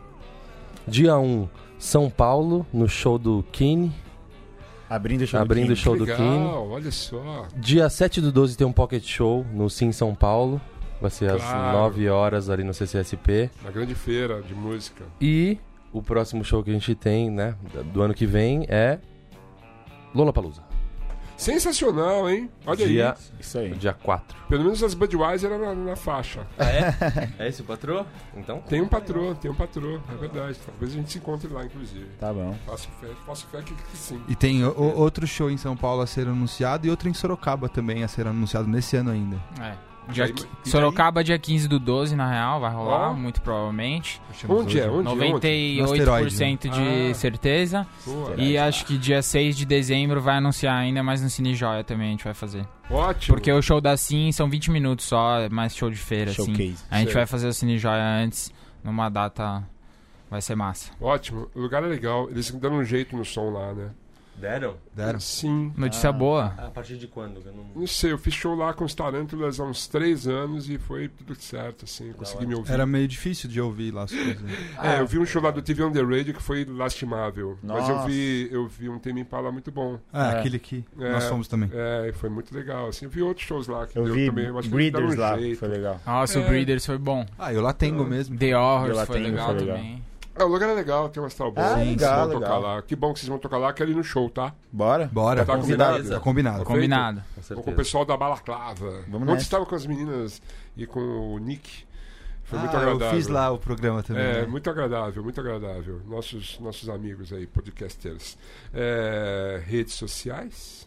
S5: Dia um, São Paulo, no show do Kine.
S3: Abrindo o show
S5: Abrindo
S3: do
S5: o show do
S2: legal,
S5: Kine.
S2: olha só.
S5: Dia sete do doze tem um Pocket Show no Sim São Paulo. Vai ser às
S2: Claro.
S5: nove horas ali no C C S P.
S2: Na grande feira de música.
S5: E o próximo show que a gente tem, né, do ano que vem é Lollapalooza.
S2: Sensacional, hein? Olha
S5: Dia,
S2: aí.
S3: Isso aí.
S5: dia quatro.
S2: Pelo menos as Budweiser eram na, na faixa.
S5: É esse o patrô? Então?
S2: Tem um patrô, tem um patrô. É verdade. Talvez a gente se encontre lá, inclusive.
S3: Tá bom.
S2: Faço fé, faço fé que, que sim.
S7: E tem o- o- outro show em São Paulo a ser anunciado e outro em Sorocaba também a ser anunciado nesse ano ainda.
S6: É. Dia
S2: E aí-
S6: qui-
S2: e
S6: Sorocaba, dia quinze do doze, na real, vai rolar,
S2: Ó.
S6: muito provavelmente.
S7: Fechamos
S2: Onde é?
S7: hoje.
S2: Onde?
S6: noventa e
S7: No
S6: oito por
S7: asteroide,
S6: cento de
S2: Ah.
S6: certeza.
S2: Boa.
S6: E acho que dia seis de dezembro vai anunciar ainda, mas no Cine Joia também a gente vai fazer.
S2: Ótimo.
S6: Porque o show da Sim são vinte minutos só, é mais show de feira, assim.
S3: Showcase.
S6: A gente
S2: Certo.
S6: vai fazer o Cine Joia antes, numa data... Vai ser massa.
S2: Ótimo. O lugar é legal. Eles dão um jeito no som lá, né?
S5: Deram?
S7: Deram?
S2: Sim.
S6: Notícia boa.
S5: A partir de quando? Eu não...
S2: Não sei, eu fiz show lá com os Tarântulas há uns três anos e foi tudo certo, assim. Consegui me ouvir.
S7: Era meio difícil de ouvir lá as coisas.
S2: É, eu vi um show lá do T V on the Radio que foi lastimável. Mas eu
S3: Nossa.
S2: vi, eu vi um Tame Impala muito bom.
S7: Ah,
S3: É.
S7: aquele que
S2: É.
S7: nós fomos também.
S2: É, e foi muito legal. Assim, eu vi outros shows lá que
S3: Eu
S2: deu
S3: vi
S2: também. Eu acho que eles deram
S3: Breeders
S2: um
S3: lá,
S2: jeito.
S3: foi legal.
S6: Nossa,
S2: É.
S6: o Breeders foi bom.
S7: Ah, e o Latengo mesmo.
S6: The Horrors
S3: Eu
S6: foi
S3: Latengo
S6: legal,
S3: foi legal.
S6: também.
S2: É, o lugar é legal, tem um astral bom.
S3: Ah,
S2: vocês
S3: legal,
S2: vão tocar
S3: legal.
S2: lá. Que bom que vocês vão tocar lá, quero ir no show, tá?
S3: Bora?
S7: Bora.
S2: Tá
S3: convidado.
S7: Tá combinado.
S2: Ok.
S6: Combinado.
S5: Com
S2: Ou
S5: certeza.
S2: com o pessoal da Balaclava.
S3: Vamos
S2: Ontem
S3: nessa.
S2: estava com as meninas e com o Nick. Foi muito
S7: Ah,
S2: agradável.
S7: eu fiz lá o programa também.
S2: É,
S7: né?
S2: muito agradável, muito agradável. Nossos, nossos amigos aí, podcasters. É, redes sociais?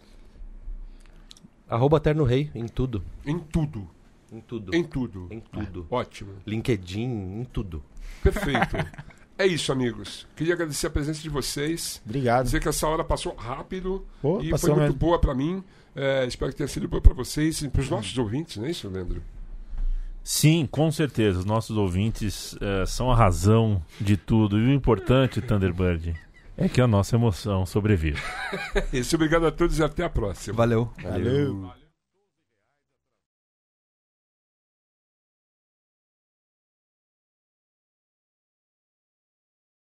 S5: Arroba Terno Rei, em tudo.
S2: Em tudo.
S5: Em tudo.
S2: Em tudo.
S5: Em tudo.
S2: Ótimo.
S5: LinkedIn, em tudo.
S2: Perfeito. É isso, amigos. Queria agradecer a presença de vocês.
S3: Obrigado.
S2: Dizer que essa hora passou rápido
S3: Pô,
S2: e
S3: passou
S2: foi muito
S3: mesmo.
S2: boa pra mim. É, espero que tenha sido boa pra vocês e pros nossos ouvintes, não é isso, Leandro?
S1: Sim, com certeza. Os nossos ouvintes eh, são a razão de tudo. E o importante, Thunderbird, é que a nossa emoção sobreviva.
S2: Isso, obrigado a todos e até a próxima.
S7: Valeu.
S3: Valeu.